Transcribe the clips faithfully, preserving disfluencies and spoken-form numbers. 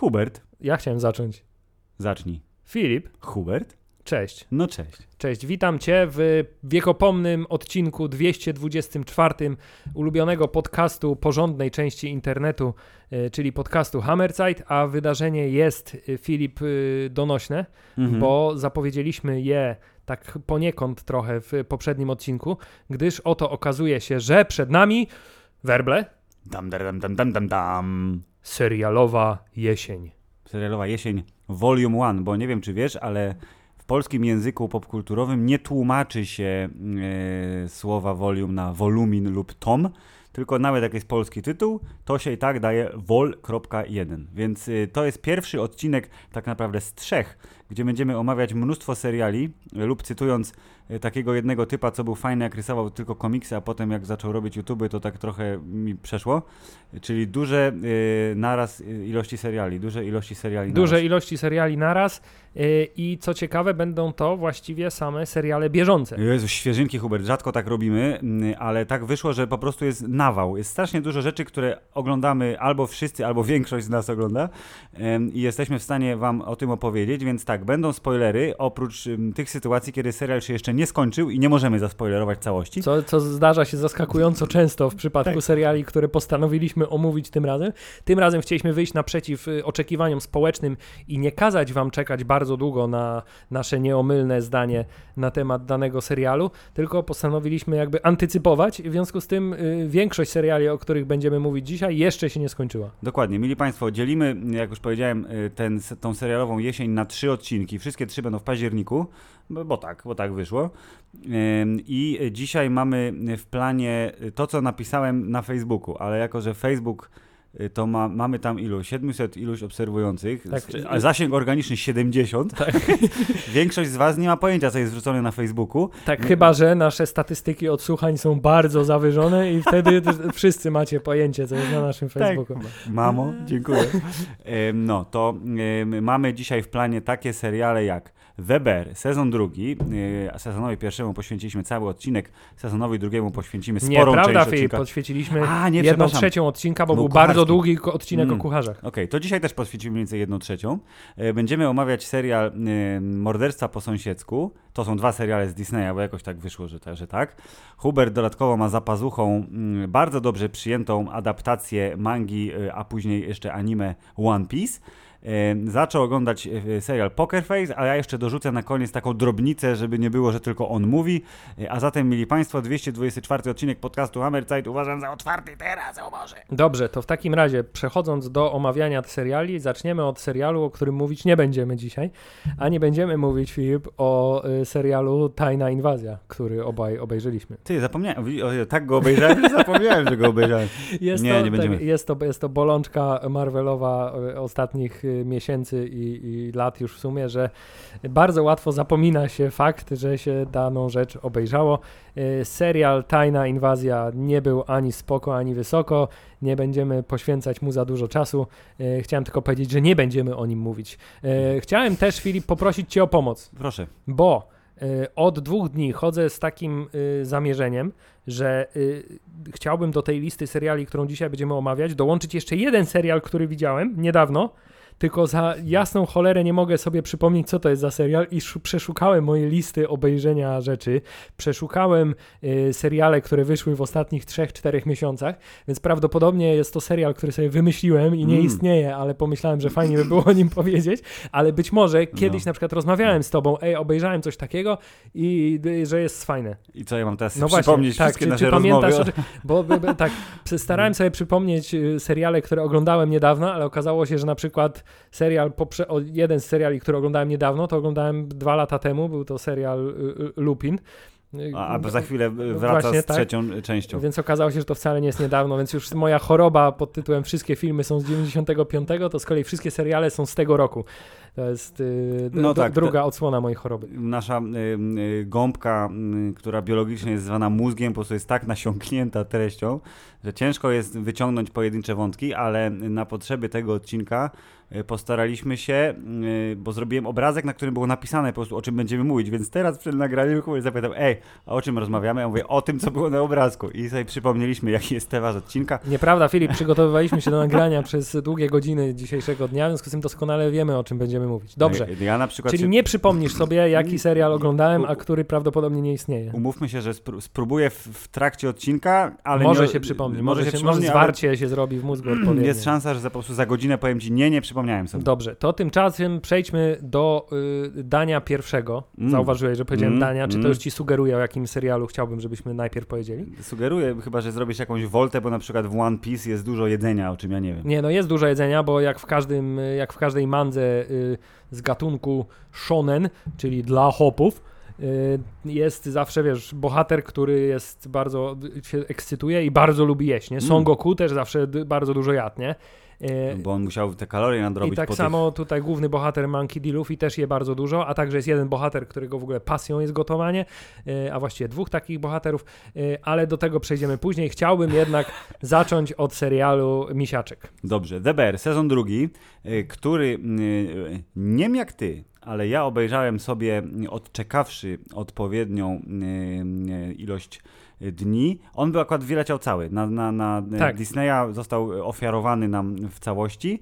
Hubert. Ja chciałem zacząć. Zacznij. Filip. Hubert. Cześć. No cześć. Cześć, witam Cię w wiekopomnym odcinku dwieście dwudziestym czwartym ulubionego podcastu porządnej części internetu, y, czyli podcastu Hammerzeit, a wydarzenie jest, y, Filip, y, donośne, mhm. bo zapowiedzieliśmy je tak poniekąd trochę w poprzednim odcinku, gdyż oto okazuje się, że przed nami werble. Dam, dam, dam, dam, dam, dam. Serialowa jesień. Serialowa jesień Volume jeden, bo nie wiem czy wiesz, ale w polskim języku popkulturowym nie tłumaczy się e, słowa volume na wolumin lub tom, tylko nawet jak jest polski tytuł, to się i tak daje vol jeden. Więc y, to jest pierwszy odcinek tak naprawdę z trzech, gdzie będziemy omawiać mnóstwo seriali lub cytując y, takiego jednego typa, co był fajny, jak rysował tylko komiksy, a potem jak zaczął robić YouTube, to tak trochę mi przeszło. Czyli duże y, naraz y, ilości seriali, duże ilości seriali Duże naraz. ilości seriali naraz y, i co ciekawe, będą to właściwie same seriale bieżące. Jezu, świeżynki, Hubert, rzadko tak robimy, y, ale tak wyszło, że po prostu jest nawał. Jest strasznie dużo rzeczy, które oglądamy albo wszyscy, albo większość z nas ogląda y, i jesteśmy w stanie wam o tym opowiedzieć, więc tak, będą spoilery, oprócz y, tych sytuacji, kiedy serial się jeszcze nie skończył i nie możemy zaspoilerować całości. Co, co zdarza się zaskakująco często w przypadku tak. seriali, które postanowiliśmy omówić tym razem. Tym razem chcieliśmy wyjść naprzeciw oczekiwaniom społecznym i nie kazać wam czekać bardzo długo na nasze nieomylne zdanie na temat danego serialu, tylko postanowiliśmy jakby antycypować. W związku z tym y, większość seriali, o których będziemy mówić dzisiaj, jeszcze się nie skończyła. Dokładnie. Mili Państwo, dzielimy, jak już powiedziałem, ten, tą serialową jesień na trzy odcinki. Wszystkie trzy będą w październiku, bo, bo tak, bo tak wyszło. I dzisiaj mamy w planie to, co napisałem na Facebooku, ale jako, że Facebook to ma, mamy tam ilu? siedemset iluś obserwujących, tak. A zasięg organiczny siedemdziesiąt. Tak. Większość z was nie ma pojęcia, co jest wrzucone na Facebooku. Tak, no. Chyba że nasze statystyki odsłuchań są bardzo zawyżone i wtedy wszyscy macie pojęcie, co jest na naszym Facebooku. Tak. Mamo, dziękuję. No, to mamy dzisiaj w planie takie seriale jak Weber, sezon drugi, a sezonowi pierwszemu poświęciliśmy cały odcinek, sezonowi drugiemu poświęcimy sporą nie, prawda, część Filip, odcinka. Poświęciliśmy a, nie, jedną trzecią odcinka, bo był, był kucharski. bardzo długi odcinek mm. o kucharzach. Okej, okay, to dzisiaj też poświęcimy mniej więcej jedną trzecią. Będziemy omawiać serial y, Morderstwa po sąsiedzku. To są dwa seriale z Disneya, bo jakoś tak wyszło, że, ta, że tak. Hubert dodatkowo ma za pazuchą y, bardzo dobrze przyjętą adaptację mangi, y, a później jeszcze anime One Piece. Zaczął oglądać serial Poker Face, a ja jeszcze dorzucę na koniec taką drobnicę, żeby nie było, że tylko on mówi. A zatem, mili Państwo, dwieście dwudziesty czwarty odcinek podcastu Hammerzeit uważam za otwarty teraz, o Boże. Dobrze, to w takim razie, przechodząc do omawiania seriali, zaczniemy od serialu, o którym mówić nie będziemy dzisiaj, a nie będziemy mówić, Filip, o y, serialu Tajna Inwazja, który obaj obejrzeliśmy. Ty, zapomniałem, o, tak go obejrzałem, że zapomniałem, że go obejrzałem. Jest nie, to, nie będziemy. Tak, jest, to, jest to bolączka Marvelowa ostatnich miesięcy i, i lat już w sumie, że bardzo łatwo zapomina się fakt, że się daną rzecz obejrzało. Serial Tajna Inwazja nie był ani spoko, ani wysoko. Nie będziemy poświęcać mu za dużo czasu. Chciałem tylko powiedzieć, że nie będziemy o nim mówić. Chciałem też, Filip, poprosić Cię o pomoc. Proszę. Bo od dwóch dni chodzę z takim zamierzeniem, że chciałbym do tej listy seriali, którą dzisiaj będziemy omawiać, dołączyć jeszcze jeden serial, który widziałem niedawno, tylko za jasną cholerę nie mogę sobie przypomnieć, co to jest za serial i sz- przeszukałem moje listy obejrzenia rzeczy, przeszukałem y, seriale, które wyszły w ostatnich trzech czterech miesiącach, więc prawdopodobnie jest to serial, który sobie wymyśliłem i nie mm. istnieje, ale pomyślałem, że fajnie by było o nim powiedzieć, ale być może kiedyś no. na przykład rozmawiałem z tobą, ej, obejrzałem coś takiego i y, że jest fajne. I co ja mam teraz no przypomnieć właśnie, wszystkie tak, nasze czy, czy rozmowy? Pamiętasz, bo, bo, bo tak, starałem sobie przypomnieć y, seriale, które oglądałem niedawno, ale okazało się, że na przykład serial, poprze- o, jeden z seriali, który oglądałem niedawno, to oglądałem dwa lata temu, był to serial y, y, Lupin. A, a za chwilę wraca Właśnie, z trzecią tak. częścią. Więc okazało się, że to wcale nie jest niedawno, więc już moja choroba pod tytułem wszystkie filmy są z dziewięćdziesiątego piątego, to z kolei wszystkie seriale są z tego roku. To jest y, no d- tak, druga to, odsłona mojej choroby. Nasza y, y, gąbka, y, która biologicznie jest zwana mózgiem, po prostu jest tak nasiąknięta treścią, że ciężko jest wyciągnąć pojedyncze wątki, ale na potrzeby tego odcinka y, postaraliśmy się, y, bo zrobiłem obrazek, na którym było napisane po prostu, o czym będziemy mówić, więc teraz przed nagraniem kogoś zapytał, ej, a o czym rozmawiamy? Ja mówię, o tym, co było na obrazku. I sobie przypomnieliśmy, jaki jest temat odcinka. Nieprawda, Filip, przygotowywaliśmy się do nagrania przez długie godziny dzisiejszego dnia, w związku z tym doskonale wiemy, o czym będziemy mówić. Dobrze, ja na przykład czyli się... nie przypomnisz sobie, jaki serial oglądałem, a który prawdopodobnie nie istnieje. Umówmy się, że spró- spróbuję w, w trakcie odcinka, ale może nie... się przypomni, może, może, się się, może przypomni, zwarcie ale... się zrobi w mózgu odpowiednio. Jest szansa, że za, po prostu za godzinę powiem ci, nie, nie przypomniałem sobie. Dobrze, to tymczasem przejdźmy do y, dania pierwszego. Mm. Zauważyłeś, że powiedziałem Mm. dania, czy to Mm. już ci sugeruje, o jakim serialu chciałbym, żebyśmy najpierw powiedzieli? Sugeruję chyba, że zrobisz jakąś woltę, bo na przykład w One Piece jest dużo jedzenia, o czym ja nie wiem. Nie, no jest dużo jedzenia, bo jak w każdym, jak w każdej mandze y, z gatunku shonen, czyli dla chłopów, y, jest zawsze, wiesz, bohater, który jest bardzo, się ekscytuje i bardzo lubi jeść, nie? Son Mm. Goku też zawsze d- bardzo dużo jadł, nie? Y, Bo on musiał te kalorie nadrobić. I tak po samo tutaj główny bohater Monkey D. Luffy też je bardzo dużo, a także jest jeden bohater, którego w ogóle pasją jest gotowanie, y, a właściwie dwóch takich bohaterów, y, ale do tego przejdziemy później. Chciałbym jednak zacząć od serialu Misiaczek. Tych... Dobrze, D B R, sezon drugi, y, który y, nie wiem jak ty, ale ja obejrzałem sobie, y, odczekawszy odpowiednią y, y, ilość dni. On był akurat wyleciał cały. Na, na, na Tak. Disneya został ofiarowany nam w całości,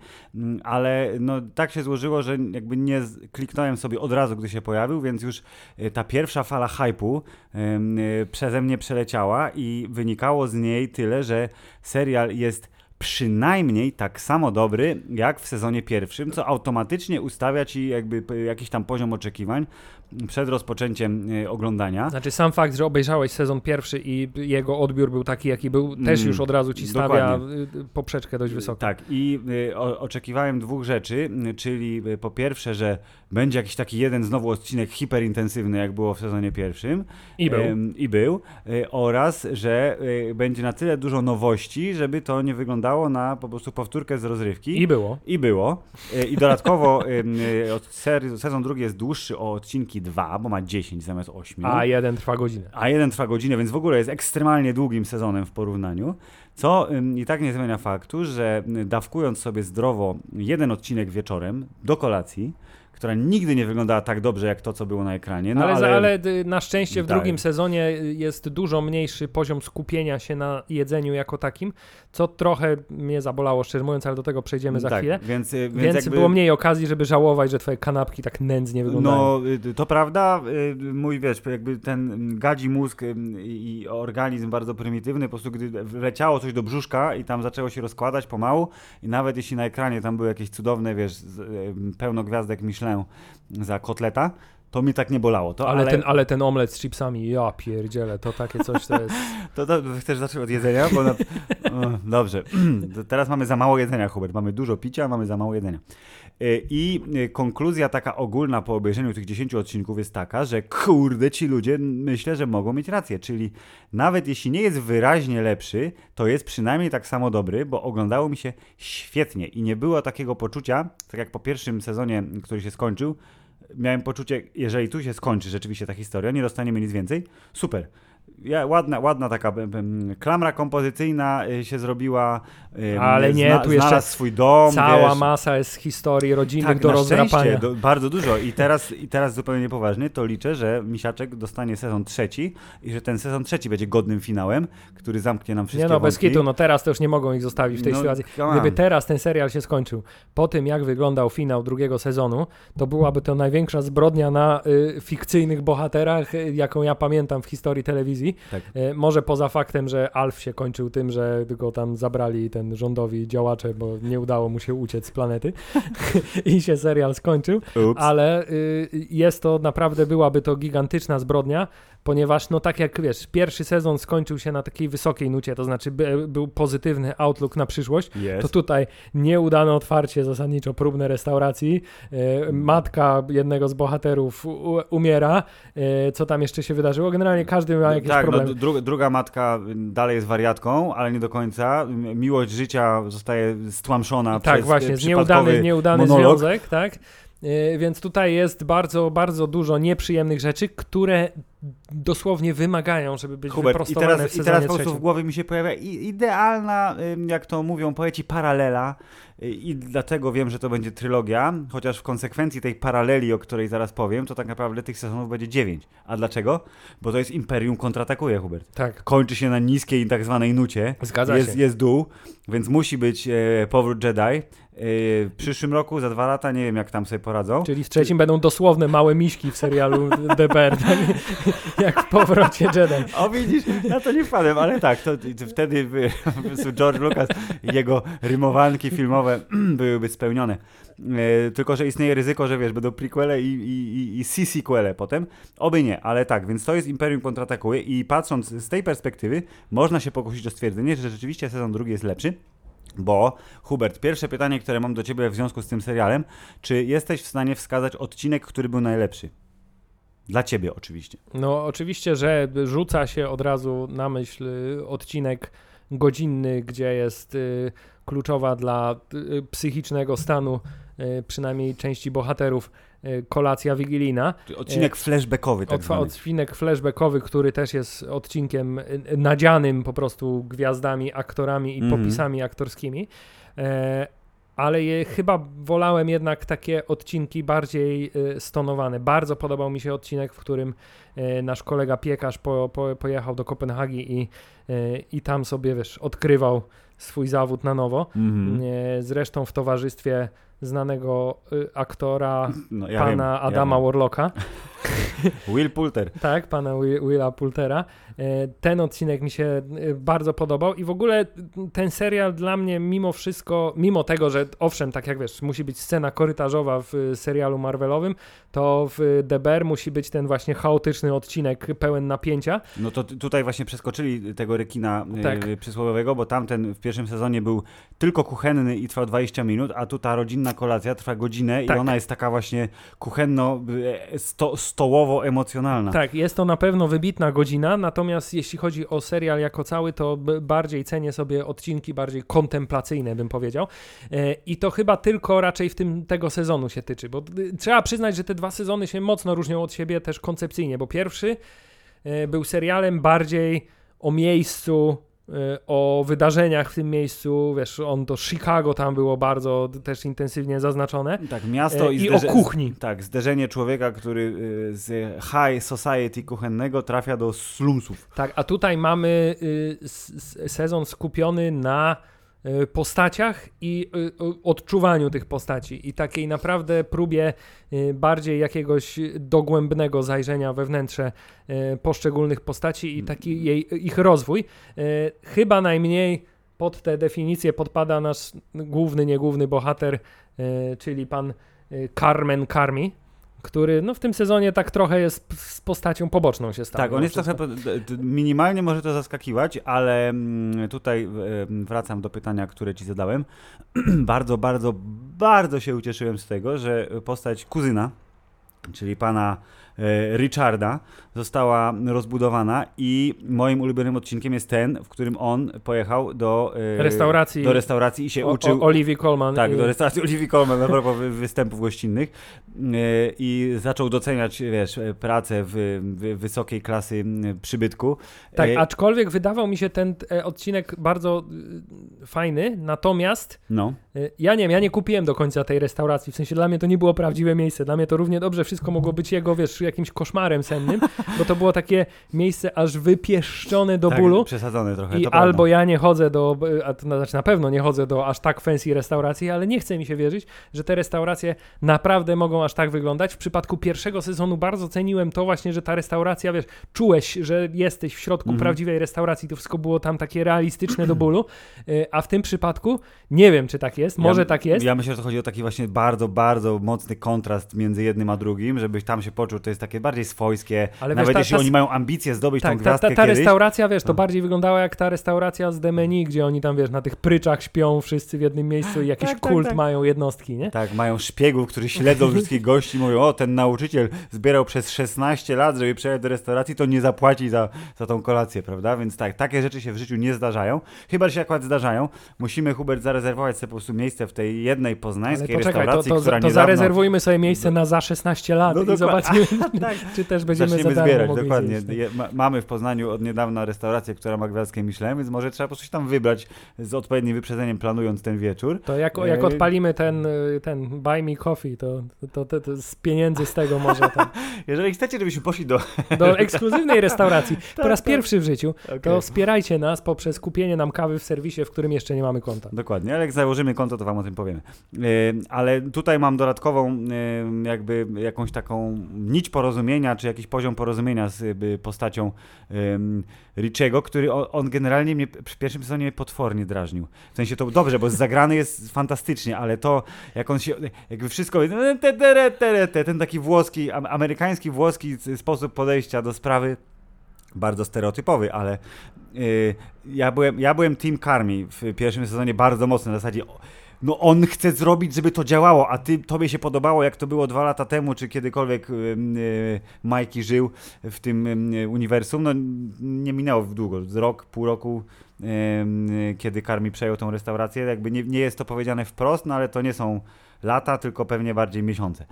ale no, tak się złożyło, że jakby nie z- kliknąłem sobie od razu, gdy się pojawił, więc już y, ta pierwsza fala hype'u y, y, przeze mnie przeleciała i wynikało z niej tyle, że serial jest przynajmniej tak samo dobry jak w sezonie pierwszym, co automatycznie ustawia ci jakby p- jakiś tam poziom oczekiwań przed rozpoczęciem y, oglądania. Znaczy sam fakt, że obejrzałeś sezon pierwszy i jego odbiór był taki, jaki był, też Mm, już od razu ci stawia dokładnie. y, poprzeczkę dość wysoko. Tak, i y, o, oczekiwałem dwóch rzeczy, y, czyli y, po pierwsze, że będzie jakiś taki jeden znowu odcinek hiperintensywny, jak było w sezonie pierwszym. I był. Ym, I był. Y, oraz, że y, będzie na tyle dużo nowości, żeby to nie wyglądało na po prostu powtórkę z rozrywki. I było. I było. Y, I dodatkowo ym, y, od ser- sezon drugi jest dłuższy o odcinki dwa, bo ma dziesięć zamiast ośmiu. A jeden trwa godzinę. A jeden trwa godzinę, więc w ogóle jest ekstremalnie długim sezonem w porównaniu, co ym, i tak nie zmienia faktu, że y, dawkując sobie zdrowo jeden odcinek wieczorem do kolacji, która nigdy nie wyglądała tak dobrze jak to, co było na ekranie. No, ale, ale, ale y, na szczęście w Tak. drugim sezonie jest dużo mniejszy poziom skupienia się na jedzeniu jako takim, co trochę mnie zabolało, szczerze mówiąc, ale do tego przejdziemy za tak, chwilę. Więc, y, więc, Więc jakby, było mniej okazji, żeby żałować, że twoje kanapki tak nędznie wyglądają. No, y, to prawda, y, mój, wiesz, jakby ten gadzi mózg y, i organizm bardzo prymitywny, po prostu gdy wleciało coś do brzuszka i tam zaczęło się rozkładać pomału i nawet jeśli na ekranie tam były jakieś cudowne, wiesz, z- y, pełno gwiazdek Michelin za kotleta, to mi tak nie bolało. To, ale, ale Ten, ale ten omlet z chipsami, ja pierdzielę, to takie coś to jest... To, to chcesz zacząć od jedzenia? Bo na... o, dobrze. To teraz mamy za mało jedzenia, Hubert. Mamy dużo picia, mamy za mało jedzenia. Y, I y, konkluzja taka ogólna po obejrzeniu tych dziesięciu odcinków jest taka, że kurde, ci ludzie myślę, że mogą mieć rację. Czyli nawet jeśli nie jest wyraźnie lepszy, to jest przynajmniej tak samo dobry, bo oglądało mi się świetnie i nie było takiego poczucia, tak jak po pierwszym sezonie, który się skończył, miałem poczucie, jeżeli tu się skończy rzeczywiście ta historia, nie dostaniemy nic więcej, super. Ja, ładna, ładna taka b, b, klamra kompozycyjna y, się zrobiła, y, Ale nie, tu jeszcze znalazł swój dom. Cała wiesz. masa jest historii rodzinnych Tak, do na rozdrapania. szczęście, do, bardzo dużo. I teraz, I teraz zupełnie niepoważnie, to liczę, że Misiaczek dostanie sezon trzeci i że ten sezon trzeci będzie godnym finałem, który zamknie nam wszystkie Nie no, bez wątki. kitu, no teraz to już nie mogą ich zostawić w tej No, sytuacji. come Gdyby on. teraz ten serial się skończył, po tym jak wyglądał finał drugiego sezonu, to byłaby to największa zbrodnia na y, fikcyjnych bohaterach, y, jaką ja pamiętam w historii telewizji. Tak. Y, może poza faktem, że Alf się kończył tym, że go tam zabrali ten rządowi działacze, bo nie udało mu się uciec z planety i się serial skończył, Ups. ale y, jest to naprawdę, byłaby to gigantyczna zbrodnia, ponieważ no tak jak wiesz, pierwszy sezon skończył się na takiej wysokiej nucie, to znaczy by, był pozytywny outlook na przyszłość, Jest. to tutaj nieudane otwarcie zasadniczo próbne restauracji, e, matka jednego z bohaterów u, umiera, e, co tam jeszcze się wydarzyło, generalnie każdy ma jakieś tak, problemy. no, dru- druga matka dalej jest wariatką, ale nie do końca. Miłość życia zostaje stłamszona Tak, przez właśnie, e, z nieudany, przypadkowy nieudany monolog. związek, tak? Yy, więc tutaj jest bardzo, bardzo dużo nieprzyjemnych rzeczy, które dosłownie wymagają, żeby być Hubert, wyprostowane i teraz, w sezonie i teraz po prostu trzecim. w głowie mi się pojawia i- idealna, ym, jak to mówią poeci, paralela y, i dlatego wiem, że to będzie trylogia, chociaż w konsekwencji tej paraleli, o której zaraz powiem, to tak naprawdę tych sezonów będzie dziewięć. A dlaczego? Bo to jest Imperium kontratakuje, Hubert. Tak, Kończy się na niskiej tak zwanej nucie. zgadza jest, się. jest dół, więc musi być e, powrót Jedi. E, w przyszłym roku, za dwa lata, nie wiem jak tam sobie poradzą. Czyli w trzecim będą dosłowne małe miśki w serialu D B R, tak? Jak w powrocie Jedi. O widzisz, na to nie wpadłem, ale tak, to, to wtedy by, George Lucas i jego rymowanki filmowe byłyby spełnione. E, tylko, że istnieje ryzyko, że wiesz, będą prequele i, i, i, i C-sequele potem. Oby nie, ale tak, więc to jest Imperium kontratakuje i patrząc z tej perspektywy, można się pokusić o stwierdzenie, że rzeczywiście sezon drugi jest lepszy. Bo, Hubert, pierwsze pytanie, które mam do ciebie w związku z tym serialem, czy jesteś w stanie wskazać odcinek, który był najlepszy? Dla ciebie oczywiście. No oczywiście, że rzuca się od razu na myśl y, odcinek godzinny, gdzie jest y, kluczowa dla y, psychicznego stanu y, przynajmniej części bohaterów y, kolacja wigilijna. Czyli odcinek flashbackowy tak Otwa- zwany. Odcinek flashbackowy, który też jest odcinkiem y, nadzianym po prostu gwiazdami, aktorami i Mhm. popisami aktorskimi. E, ale je, chyba wolałem jednak takie odcinki bardziej y, stonowane. Bardzo podobał mi się odcinek, w którym y, nasz kolega piekarz po, po, pojechał do Kopenhagi i, y, i tam sobie, wiesz, odkrywał swój zawód na nowo. Mhm. Y, zresztą w towarzystwie znanego y, aktora No, ja pana wiem, ja Adama wiem. Warlocka. Will Poulter. Tak, pana Wi- Willa Poultera. E, Ten odcinek mi się e, bardzo podobał i w ogóle ten serial dla mnie mimo wszystko, mimo tego, że owszem, tak jak wiesz, musi być scena korytarzowa w e, serialu Marvelowym, to w D B R musi być ten właśnie chaotyczny odcinek pełen napięcia. No to t- tutaj właśnie przeskoczyli tego rekina Tak. y, przysłowiowego, bo tamten w pierwszym sezonie był tylko kuchenny i trwał dwadzieścia minut, a tu ta rodzinna kolacja trwa godzinę Tak. i ona jest taka właśnie kuchenno, y, sto, stołowo-emocjonalna. Tak, jest to na pewno wybitna godzina, natomiast jeśli chodzi o serial jako cały, to b- bardziej cenię sobie odcinki bardziej kontemplacyjne, bym powiedział. E, I to chyba tylko raczej w tym tego sezonu się tyczy, bo y, trzeba przyznać, że te dwa sezony się mocno różnią od siebie też koncepcyjnie, bo pierwszy e, był serialem bardziej o miejscu, e, o wydarzeniach w tym miejscu, wiesz, on to Chicago tam było bardzo też intensywnie zaznaczone. Tak, miasto E, i, i zderze- o kuchni. Tak, zderzenie człowieka, który y, z high society kuchennego trafia do slumsów. Tak, a tutaj mamy y, s- s- sezon skupiony na y, postaciach i y, y, odczuwaniu tych postaci i takiej naprawdę próbie y, bardziej jakiegoś dogłębnego zajrzenia we wnętrze y, poszczególnych postaci i taki jej, ich rozwój. Y, chyba najmniej pod tę definicję podpada nasz główny, niegłówny bohater, y, czyli pan y, Carmen Carmi, który no, w tym sezonie tak trochę jest p- z postacią poboczną się stał. Tak, on mimo jest trochę, wszystko. d- d- minimalnie może to zaskakiwać, ale mm, tutaj e, wracam do pytania, które ci zadałem. bardzo, bardzo, bardzo się ucieszyłem z tego, że postać kuzyna, czyli pana e, Richarda, została rozbudowana i moim ulubionym odcinkiem jest ten, w którym on pojechał do e, Restauracji. do restauracji i się O, uczył... o, Olivia Colman. Tak, y, do restauracji Olivia Colman a propos wy- występów gościnnych yy, i zaczął doceniać, wiesz, pracę w, w wysokiej klasy mm, przybytku. Tak, Yy, aczkolwiek wydawał mi się ten e, odcinek bardzo y, fajny, natomiast No, y, ja nie wiem, ja nie kupiłem do końca tej restauracji, w sensie dla mnie to nie było prawdziwe miejsce, dla mnie to równie dobrze wszystko mogło być jego, wiesz, jakimś koszmarem sennym, bo to było takie miejsce aż wypieszczone do tak, bólu. przesadzone trochę, I to albo prawda. ja nie chodzę do, a to na- znaczy na pewno nie chodzę do aż tak fancy restauracji, ale nie chce mi się wierzyć, że te restauracje naprawdę mogą aż tak wyglądać. W przypadku pierwszego sezonu bardzo ceniłem to właśnie, że ta restauracja, wiesz, czułeś, że jesteś w środku Mhm. prawdziwej restauracji, to wszystko było tam takie realistyczne do bólu, y, a w tym przypadku nie wiem, czy tak jest, może ja, tak jest. Ja myślę, że to chodzi o taki właśnie bardzo, bardzo mocny kontrast między jednym a drugim, żebyś tam się poczuł, to jest takie bardziej swojskie, Ale nawet wiesz, ta- jeśli ta- oni mają ambicje zdobyć tą Tak, ta, gwiazdkę ta, ta kiedyś. restauracja, wiesz, to No. bardziej wyglądała jak ta restauracja z The Menu, gdzie oni tam, wiesz, na tych pryczach śpią wszyscy w jednym miejscu i jakiś Tak, tak, kult tak. mają jednostki, nie? Tak, mają szpiegów, którzy śledzą wszystkich gości, mówią, o, ten nauczyciel zbierał przez szesnaście lat, żeby przejechać do restauracji, to nie zapłaci za, za tą kolację, prawda? Więc tak, takie rzeczy się w życiu nie zdarzają. Chyba, że się akurat zdarzają. Musimy, Hubert, zarezerwować sobie po prostu miejsce w tej jednej poznańskiej Ale poczekaj, restauracji, to, to, która to niedawno... zarezerwujmy sobie miejsce na za szesnaście lat No i dokładnie. zobaczymy, Tak. czy też będziemy Zaczniemy za darmo zbierać, mogli dokładnie. zjeść, tak. Je, ma, mamy w Poznaniu od niedawna restaurację, która ma gwiazdkę Michelin, więc może trzeba po coś tam wybrać z odpowiednim wyprzedzeniem, planując ten wieczór. To jak, jak odpalimy ten, ten Buy Me Coffee, to, to, to, to z pieniędzy z tego może tam. Jeżeli chcecie, żebyśmy poszli do... Do ekskluzywnej restauracji po Tak, raz tak. pierwszy w życiu, Okay. to wspierajcie nas poprzez kupienie nam kawy w serwisie, w którym jeszcze nie mamy konta. Dokładnie, ale jak założymy konto, to wam o tym powiemy. Yy, ale tutaj mam dodatkową yy, jakby jakąś taką nić porozumienia, czy jakiś poziom porozumienia z yy, postacią yy, Richiego, który on, on generalnie mnie przy pierwszym sezonie mnie potwornie drażnił. W sensie to dobrze, bo zagrany jest fantastycznie, ale to jak on się, jakby wszystko, ten taki włoski, amerykański, włoski sposób podejścia do sprawy, bardzo stereotypowy, ale yy, ja, byłem, ja byłem team Carmi w pierwszym sezonie bardzo mocno, na zasadzie no on chce zrobić, żeby to działało, a ty, tobie się podobało, jak to było dwa lata temu, czy kiedykolwiek yy, yy, Mikey żył w tym yy, uniwersum, no nie minęło długo, z rok, pół roku, yy, yy, kiedy Carmi przejął tą restaurację, jakby nie, nie jest to powiedziane wprost, no ale to nie są lata, tylko pewnie bardziej miesiące.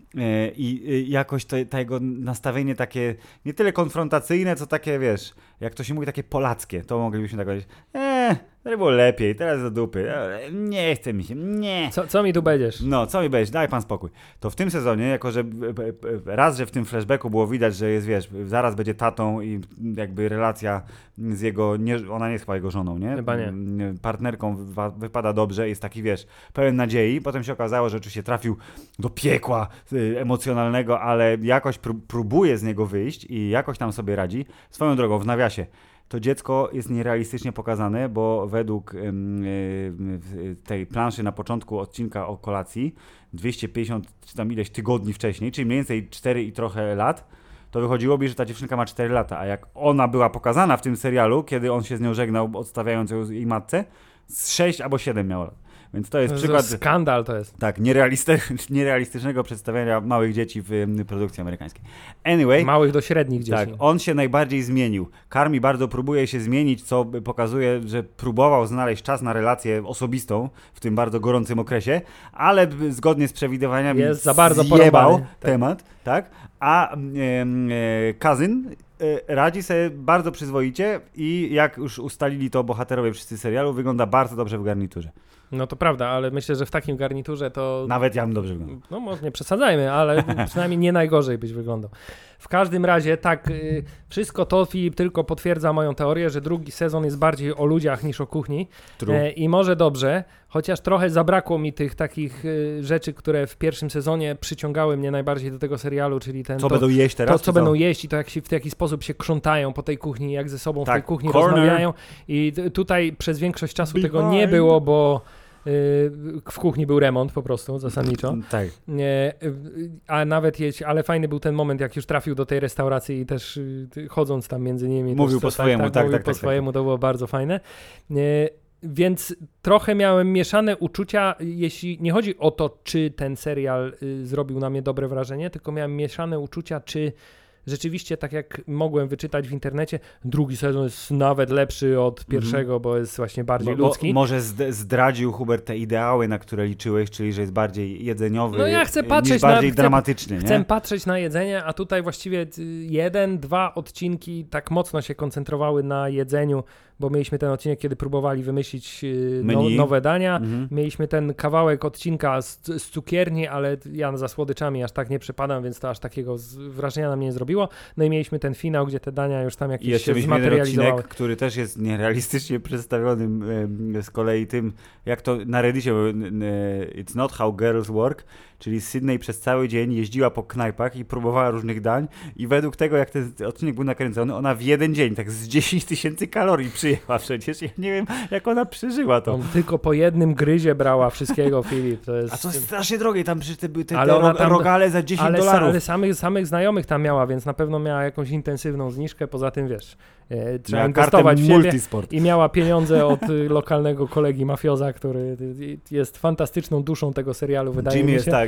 I jakoś to, to jego nastawienie takie nie tyle konfrontacyjne, co takie, wiesz, jak to się mówi, takie polackie, to moglibyśmy tak powiedzieć, eee, to było lepiej, teraz do dupy, nie chce mi się, nie. Co, co mi tu będziesz? No, co mi będziesz, daj pan spokój. To w tym sezonie, jako że raz, że w tym flashbacku było widać, że jest, wiesz, zaraz będzie tatą i jakby relacja z jego, nie, ona nie jest chyba jego żoną, nie? Chyba nie. Partnerką wypada dobrze, jest taki, wiesz, pełen nadziei. Potem się okazało, że oczywiście trafił do piekła emocjonalnego, ale jakoś próbuje z niego wyjść i jakoś tam sobie radzi. Swoją drogą, w nawiasie, to dziecko jest nierealistycznie pokazane, bo według yy, tej planszy na początku odcinka o kolacji dwieście pięćdziesiąt czy tam ileś tygodni wcześniej, czyli mniej więcej cztery i trochę lat, to wychodziłoby, że ta dziewczynka ma cztery lata, a jak ona była pokazana w tym serialu, kiedy on się z nią żegnał, odstawiając ją jej matce, z sześć albo siedem miał lat. Więc to jest to przykład... Skandal to jest. Tak, nierealistycz, nierealistycznego przedstawiania małych dzieci w y, produkcji amerykańskiej. Anyway... Małych do średnich dzieci. Tak, on się najbardziej zmienił. Carmi bardzo próbuje się zmienić, co pokazuje, że próbował znaleźć czas na relację osobistą w tym bardzo gorącym okresie, ale zgodnie z przewidywaniami jest za bardzo zjebał porąbany. temat, tak? A e, e, Kazyn e, radzi sobie bardzo przyzwoicie i jak już ustalili to bohaterowie wszyscy serialu, wygląda bardzo dobrze w garniturze. No to prawda, ale myślę, że w takim garniturze to... Nawet ja bym dobrze wyglądał. No może nie przesadzajmy, ale przynajmniej nie najgorzej byś wyglądał. W każdym razie tak, y, wszystko to, Filip, tylko potwierdza moją teorię, że drugi sezon jest bardziej o ludziach niż o kuchni. E, I może dobrze, chociaż trochę zabrakło mi tych takich y, rzeczy, które w pierwszym sezonie przyciągały mnie najbardziej do tego serialu, czyli ten... Co to, będą jeść teraz? To, co, co będą jeść i to jak się, w jaki sposób się krzątają po tej kuchni, jak ze sobą tak, w tej kuchni corner. rozmawiają. I t- tutaj przez większość czasu Behind. tego nie było, bo... w kuchni był remont po prostu, zasadniczo. Tak. A nawet jeść, ale fajny był ten moment, jak już trafił do tej restauracji i też chodząc tam między nimi. Mówił też, po tak, swojemu, tak, tak, mówił tak, po tak, swojemu, tak. to było bardzo fajne. Więc trochę miałem mieszane uczucia, jeśli nie chodzi o to, czy ten serial zrobił na mnie dobre wrażenie, tylko miałem mieszane uczucia, czy rzeczywiście, tak jak mogłem wyczytać w internecie, drugi sezon jest nawet lepszy od pierwszego, mm-hmm. bo jest właśnie bardziej bo, ludzki. Bo może zdradził Hubert te ideały, na które liczyłeś, czyli że jest bardziej jedzeniowy, no ja chcę patrzeć niż bardziej na, dramatyczny. Chcę, chcę patrzeć na jedzenie, a tutaj właściwie jeden, dwa odcinki tak mocno się koncentrowały na jedzeniu, bo mieliśmy ten odcinek, kiedy próbowali wymyślić no, nowe dania. Mhm. Mieliśmy ten kawałek odcinka z, z cukierni, ale ja za słodyczami aż tak nie przepadam, więc to aż takiego wrażenia na mnie nie zrobiło. No i mieliśmy ten finał, gdzie te dania już tam jakieś się zmaterializowały. Odcinek, który też jest nierealistycznie przedstawionym e, z kolei tym, jak to na Reddicie e, It's not how girls work, czyli Sydney przez cały dzień jeździła po knajpach i próbowała różnych dań i według tego, jak ten odcinek był nakręcony, ona w jeden dzień tak z dziesięć tysięcy kalorii przyjęła przecież. Ja nie wiem, jak ona przeżyła to. On tylko po jednym gryzie brała wszystkiego, Filip. To jest... A to jest strasznie drogie, tam przecież te, te, te ale ro, tam, rogale za dziesięć ale dolarów. Ale samych, samych znajomych tam miała, więc na pewno miała jakąś intensywną zniżkę, poza tym wiesz, e, trzeba miała inwestować w siebie i miała pieniądze od y, lokalnego kolegi mafioza, który y, jest fantastyczną duszą tego serialu, wydaje Jimmy mi się. jest tak,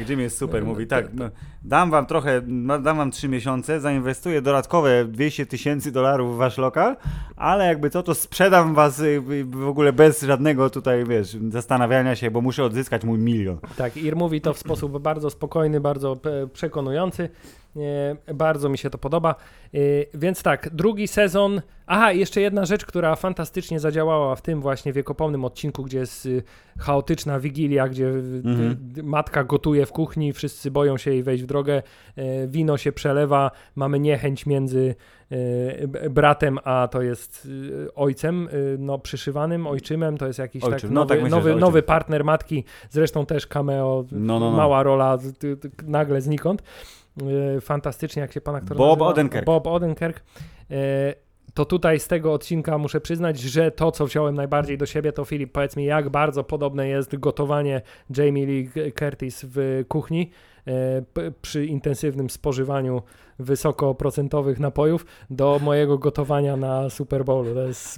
Tak, Jimmy jest super, mówi tak, no, dam wam trochę, dam wam trzy miesiące, zainwestuję dodatkowe dwieście tysięcy dolarów w wasz lokal, ale jakby co, to sprzedam was w ogóle bez żadnego tutaj, wiesz, zastanawiania się, bo muszę odzyskać mój milion. Tak, Ir mówi to w sposób bardzo spokojny, bardzo przekonujący. E, bardzo mi się to podoba. E, więc tak, drugi sezon. Aha, jeszcze jedna rzecz, która fantastycznie zadziałała w tym właśnie wiekopomnym odcinku, gdzie jest y, chaotyczna wigilia, gdzie mhm. y, matka gotuje w kuchni, wszyscy boją się jej wejść w drogę, y, wino się przelewa, mamy niechęć między y, bratem, a to jest y, ojcem, y, no przyszywanym, ojczymem, to jest jakiś Ojczym. tak no, nowy, tak myślę, nowy, nowy partner matki, zresztą też cameo, no, no, no. mała rola, y, y, nagle znikąd. Y, fantastycznie, jak się pan aktor Bob nazywa? Odenkirk. Bob Odenkirk. Y, to tutaj z tego odcinka muszę przyznać, że to, co wziąłem najbardziej do siebie, to Filip, powiedz mi, jak bardzo podobne jest gotowanie Jamie Lee Curtis w kuchni e, p- przy intensywnym spożywaniu wysokoprocentowych napojów do mojego gotowania na Super Bowlu. To jest...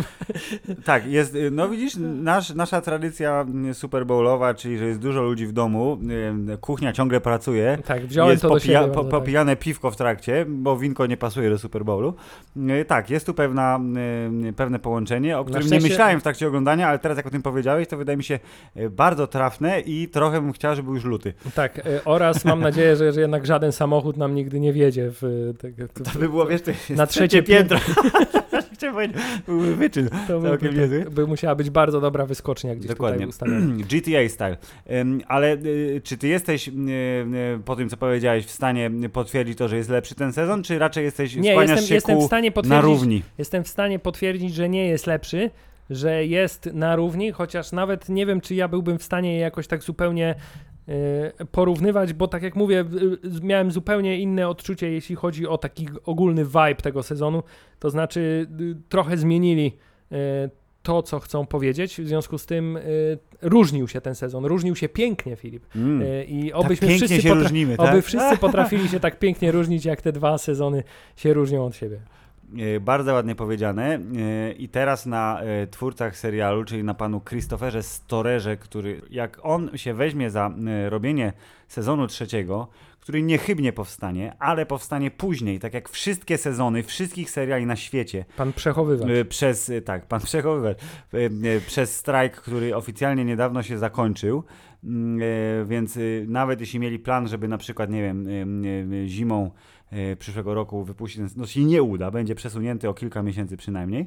Tak, jest, no widzisz, nasz, nasza tradycja Super Bowlowa, czyli że jest dużo ludzi w domu, kuchnia ciągle pracuje, tak, wziąłem jest to do popija- siebie. po, bardzo, popijane tak. piwko w trakcie, bo winko nie pasuje do Super Bowlu. Tak, jest tu pewna, pewne połączenie, o którym szczęście... nie myślałem w trakcie oglądania, ale teraz jak o tym powiedziałeś, to wydaje mi się bardzo trafne i trochę bym chciał, żeby był już luty. Tak, oraz mam nadzieję, że, że jednak żaden samochód nam nigdy nie wjedzie w... Tak, to by było, wiesz, to jest na trzecie piętro. Chciałem powiedzieć, byłby wyczyn. To by, by, by musiała być bardzo dobra wyskocznia gdzieś Dokładnie. tutaj ustawiona. G T A style. Um, ale y, czy ty jesteś y, y, po tym, co powiedziałeś, w stanie potwierdzić to, że jest lepszy ten sezon, czy raczej jesteś, nie, skłaniasz jestem, się jestem ku w stanie na równi? Jestem w stanie potwierdzić, że nie jest lepszy, że jest na równi, chociaż nawet nie wiem, czy ja byłbym w stanie je jakoś tak zupełnie y, porównywać, bo tak jak mówię, y, miałem zupełnie inne odczucie, jeśli chodzi o taki ogólny vibe tego sezonu, to znaczy y, trochę zmienili y, to, co chcą powiedzieć, w związku z tym y, różnił się ten sezon, różnił się pięknie, Filip. Mm. Y, I tak obyśmy pięknie wszyscy, się potra- różnimy, oby tak? wszyscy potrafili się tak pięknie różnić, jak te dwa sezony się różnią od siebie. Bardzo ładnie powiedziane. I teraz na twórcach serialu, czyli na panu Christopherze Storerze, który jak on się weźmie za robienie sezonu trzeciego, który niechybnie powstanie, ale powstanie później, tak jak wszystkie sezony wszystkich seriali na świecie. Pan przechowywacz. Przez, tak, pan przechowywacz. Przez strajk, który oficjalnie niedawno się zakończył, więc nawet jeśli mieli plan, żeby na przykład, nie wiem, zimą przyszłego roku wypuścić, no się nie uda, będzie przesunięty o kilka miesięcy przynajmniej,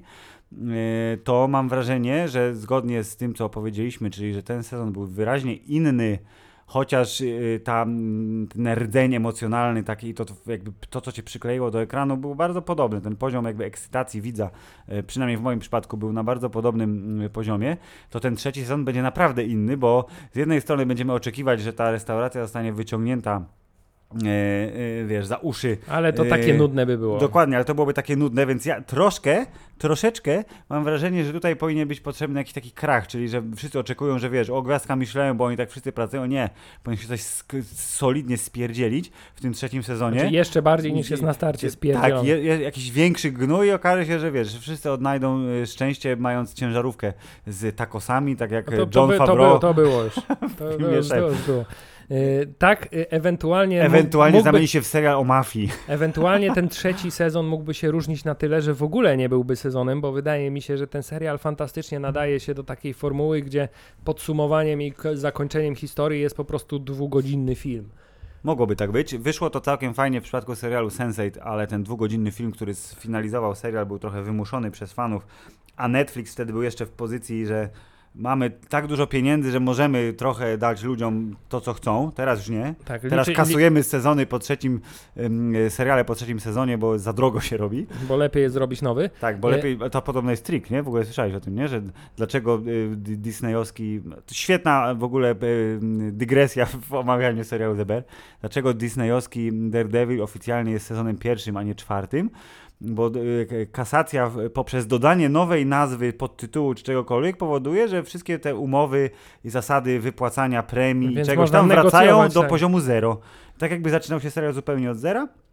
to mam wrażenie, że zgodnie z tym, co opowiedzieliśmy, czyli że ten sezon był wyraźnie inny, chociaż ta, ten rdzeń emocjonalny taki i to, jakby to, co cię przykleiło do ekranu, był bardzo podobny. Ten poziom jakby ekscytacji widza, przynajmniej w moim przypadku, był na bardzo podobnym poziomie. To ten trzeci sezon będzie naprawdę inny, bo z jednej strony będziemy oczekiwać, że ta restauracja zostanie wyciągnięta E, e, wiesz, za uszy. Ale to takie e, nudne by było. Dokładnie, ale to byłoby takie nudne, więc ja troszkę, troszeczkę mam wrażenie, że tutaj powinien być potrzebny jakiś taki krach, czyli że wszyscy oczekują, że wiesz, o gwiazdka Michelin, bo oni tak wszyscy pracują. Nie, powinien się coś sk- solidnie spierdzielić w tym trzecim sezonie. Znaczy jeszcze bardziej niż jest na starcie spierdzielone. Tak, je, je, jakiś większy gnój i okaże się, że wiesz, że wszyscy odnajdą szczęście mając ciężarówkę z tacosami, tak jak no to, John to, by, Favreau. To było, to było już. To, to, już, to już było. Yy, tak, yy, ewentualnie... Ewentualnie mógłby, zamieni się w serial o mafii. Ewentualnie ten trzeci sezon mógłby się różnić na tyle, że w ogóle nie byłby sezonem, bo wydaje mi się, że ten serial fantastycznie nadaje się do takiej formuły, gdzie podsumowaniem i zakończeniem historii jest po prostu dwugodzinny film. Mogłoby tak być. Wyszło to całkiem fajnie w przypadku serialu sense eight, ale ten dwugodzinny film, który sfinalizował serial, był trochę wymuszony przez fanów, a Netflix wtedy był jeszcze w pozycji, że mamy tak dużo pieniędzy, że możemy trochę dać ludziom to, co chcą. Teraz już nie. Tak, Teraz liczy, kasujemy li... sezony po trzecim, um, seriale po trzecim sezonie, bo za drogo się robi. Bo lepiej jest zrobić nowy. Tak, bo lepiej, to podobno jest trik, nie? W ogóle słyszałeś o tym, nie? Że dlaczego y, disneyowski, świetna w ogóle y, dygresja w omawianiu serialu The Bear, dlaczego disneyowski Daredevil oficjalnie jest sezonem pierwszym, a nie czwartym? Bo y, kasacja poprzez dodanie nowej nazwy, podtytułu czy czegokolwiek powoduje, że wszystkie te umowy i zasady wypłacania premii i czegoś tam wracają do tak. poziomu zero. Tak jakby zaczynał się serial zupełnie od zera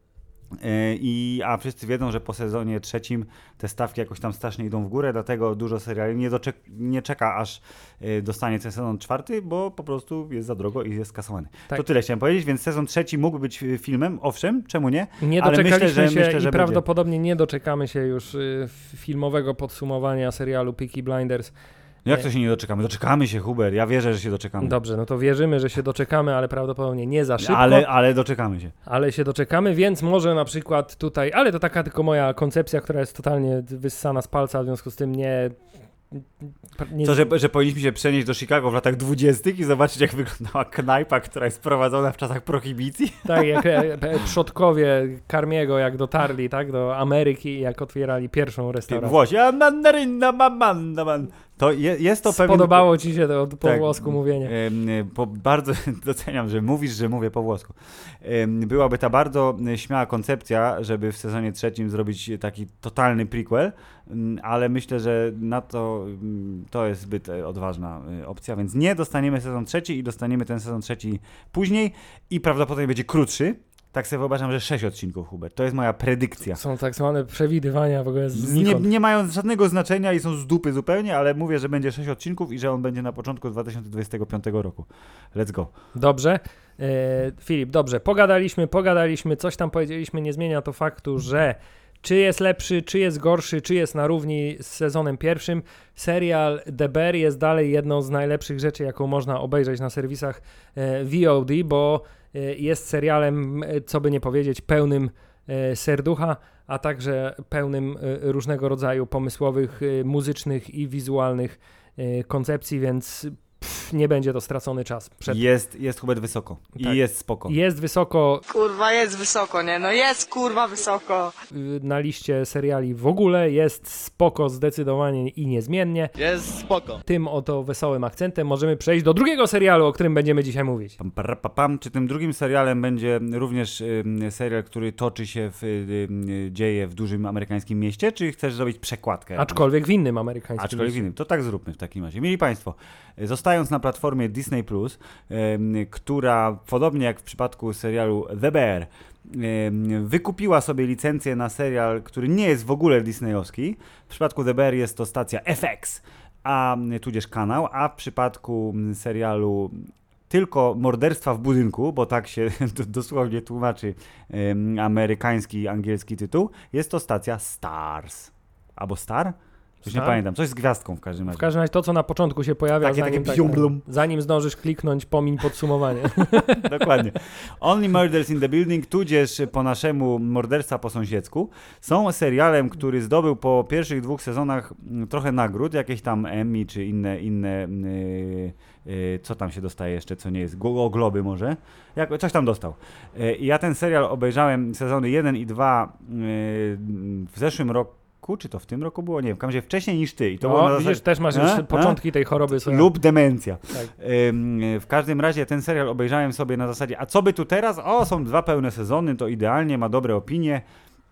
I, a wszyscy wiedzą, że po sezonie trzecim te stawki jakoś tam strasznie idą w górę, dlatego dużo seriali nie, doczek- nie czeka, aż y, dostanie ten sezon czwarty, bo po prostu jest za drogo i jest skasowany. Tak. To tyle chciałem powiedzieć, więc sezon trzeci mógł być filmem, owszem, czemu nie? Nie ale doczekaliśmy myślę, że, się myślę, że i prawdopodobnie będzie. nie doczekamy się już y, filmowego podsumowania serialu Peaky Blinders. No jak to się nie doczekamy? Doczekamy się, Hubert, ja wierzę, że się doczekamy. Dobrze, no to wierzymy, że się doczekamy, ale prawdopodobnie nie za szybko. Ale, ale doczekamy się. Ale się doczekamy, więc może na przykład tutaj, ale to taka tylko moja koncepcja, która jest totalnie wyssana z palca, w związku z tym nie... nie... Co, że, że powinniśmy się przenieść do Chicago w latach dwudziestych i zobaczyć, jak wyglądała knajpa, która jest prowadzona w czasach prohibicji? Tak, jak przodkowie Karmiego, jak dotarli, tak, do Ameryki, jak otwierali pierwszą restaurację. Włosi, a mandarynna, mamanda, man. To je, jest to pewien... Spodobało ci się to po tak, włosku mówienie. Po, bardzo doceniam, że mówisz, że mówię po włosku. Byłaby ta bardzo śmiała koncepcja, żeby w sezonie trzecim zrobić taki totalny prequel, ale myślę, że na to to jest zbyt odważna opcja, więc nie dostaniemy sezon trzeci i dostaniemy ten sezon trzeci później i prawdopodobnie będzie krótszy. Tak sobie wyobrażam, że sześć odcinków, Hubert. To jest moja predykcja. Są tak zwane przewidywania w ogóle z nie, nie mają żadnego znaczenia i są z dupy zupełnie, ale mówię, że będzie sześć odcinków i że on będzie na początku dwa tysiące dwudziestego piątego roku. Let's go. Dobrze. E, Filip, dobrze. Pogadaliśmy, pogadaliśmy, coś tam powiedzieliśmy. Nie zmienia to faktu, że czy jest lepszy, czy jest gorszy, czy jest na równi z sezonem pierwszym. Serial The Bear jest dalej jedną z najlepszych rzeczy, jaką można obejrzeć na serwisach e, V O D, bo jest serialem, co by nie powiedzieć, pełnym serducha, a także pełnym różnego rodzaju pomysłowych, muzycznych i wizualnych koncepcji, więc pff, nie będzie to stracony czas. Przed... Jest, jest Hubert wysoko i tak. Jest spoko. Jest wysoko. Kurwa, jest wysoko, nie? No jest kurwa wysoko. Na liście seriali w ogóle jest spoko zdecydowanie i niezmiennie. Jest spoko. Tym oto wesołym akcentem możemy przejść do drugiego serialu, o którym będziemy dzisiaj mówić. Pam, pam, pam, pam. Czy tym drugim serialem będzie również y, serial, który toczy się w, y, y, dzieje w dużym amerykańskim mieście, czy chcesz zrobić przekładkę? Aczkolwiek w innym amerykańskim Aczkolwiek mieście. w innym. To tak zróbmy w takim razie. Mieli Państwo, zostając na platformie Disney plus, y, która podobnie jak w przypadku serialu The Bear, wykupiła sobie licencję na serial, który nie jest w ogóle disneyowski. W przypadku The Bear jest to stacja F X, a tudzież kanał, a w przypadku serialu tylko morderstwa w budynku, bo tak się dosłownie tłumaczy um, amerykański, angielski tytuł, jest to stacja Stars. Albo Star? Już nie pamiętam, coś z gwiazdką w każdym razie. W każdym razie to, co na początku się pojawia, takie, zanim, takie tak, zanim zdążysz kliknąć, pomiń podsumowanie. Dokładnie. Only Murders in the Building, tudzież po naszemu Morderstwa po sąsiedzku, są serialem, który zdobył po pierwszych dwóch sezonach trochę nagród, jakieś tam Emmy czy inne, inne yy, yy, co tam się dostaje jeszcze, co nie jest, o Globy może, Jak, coś tam dostał. Yy, I ja ten serial obejrzałem sezony jeden i dwa yy, w zeszłym roku, czy to w tym roku było? Nie wiem, w każdym razie wcześniej niż ty. I to no, było na widzisz, zasadzie... też masz już a? początki a? tej choroby. Sobie. Lub demencja. Tak. Ym, w każdym razie ten serial obejrzałem sobie na zasadzie, a co by tu teraz? O, są dwa pełne sezony, to idealnie, ma dobre opinie.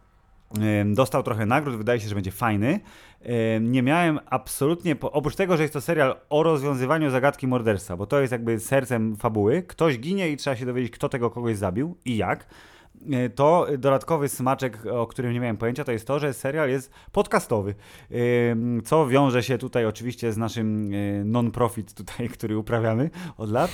Ym, dostał trochę nagród, wydaje się, że będzie fajny. Ym, nie miałem absolutnie, po, oprócz tego, że jest to serial o rozwiązywaniu zagadki morderstwa, bo to jest jakby sercem fabuły. Ktoś ginie i trzeba się dowiedzieć, kto tego kogoś zabił i jak. To dodatkowy smaczek, o którym nie miałem pojęcia, to jest to, że serial jest podcastowy, co wiąże się tutaj oczywiście z naszym non-profit tutaj, który uprawiamy od lat.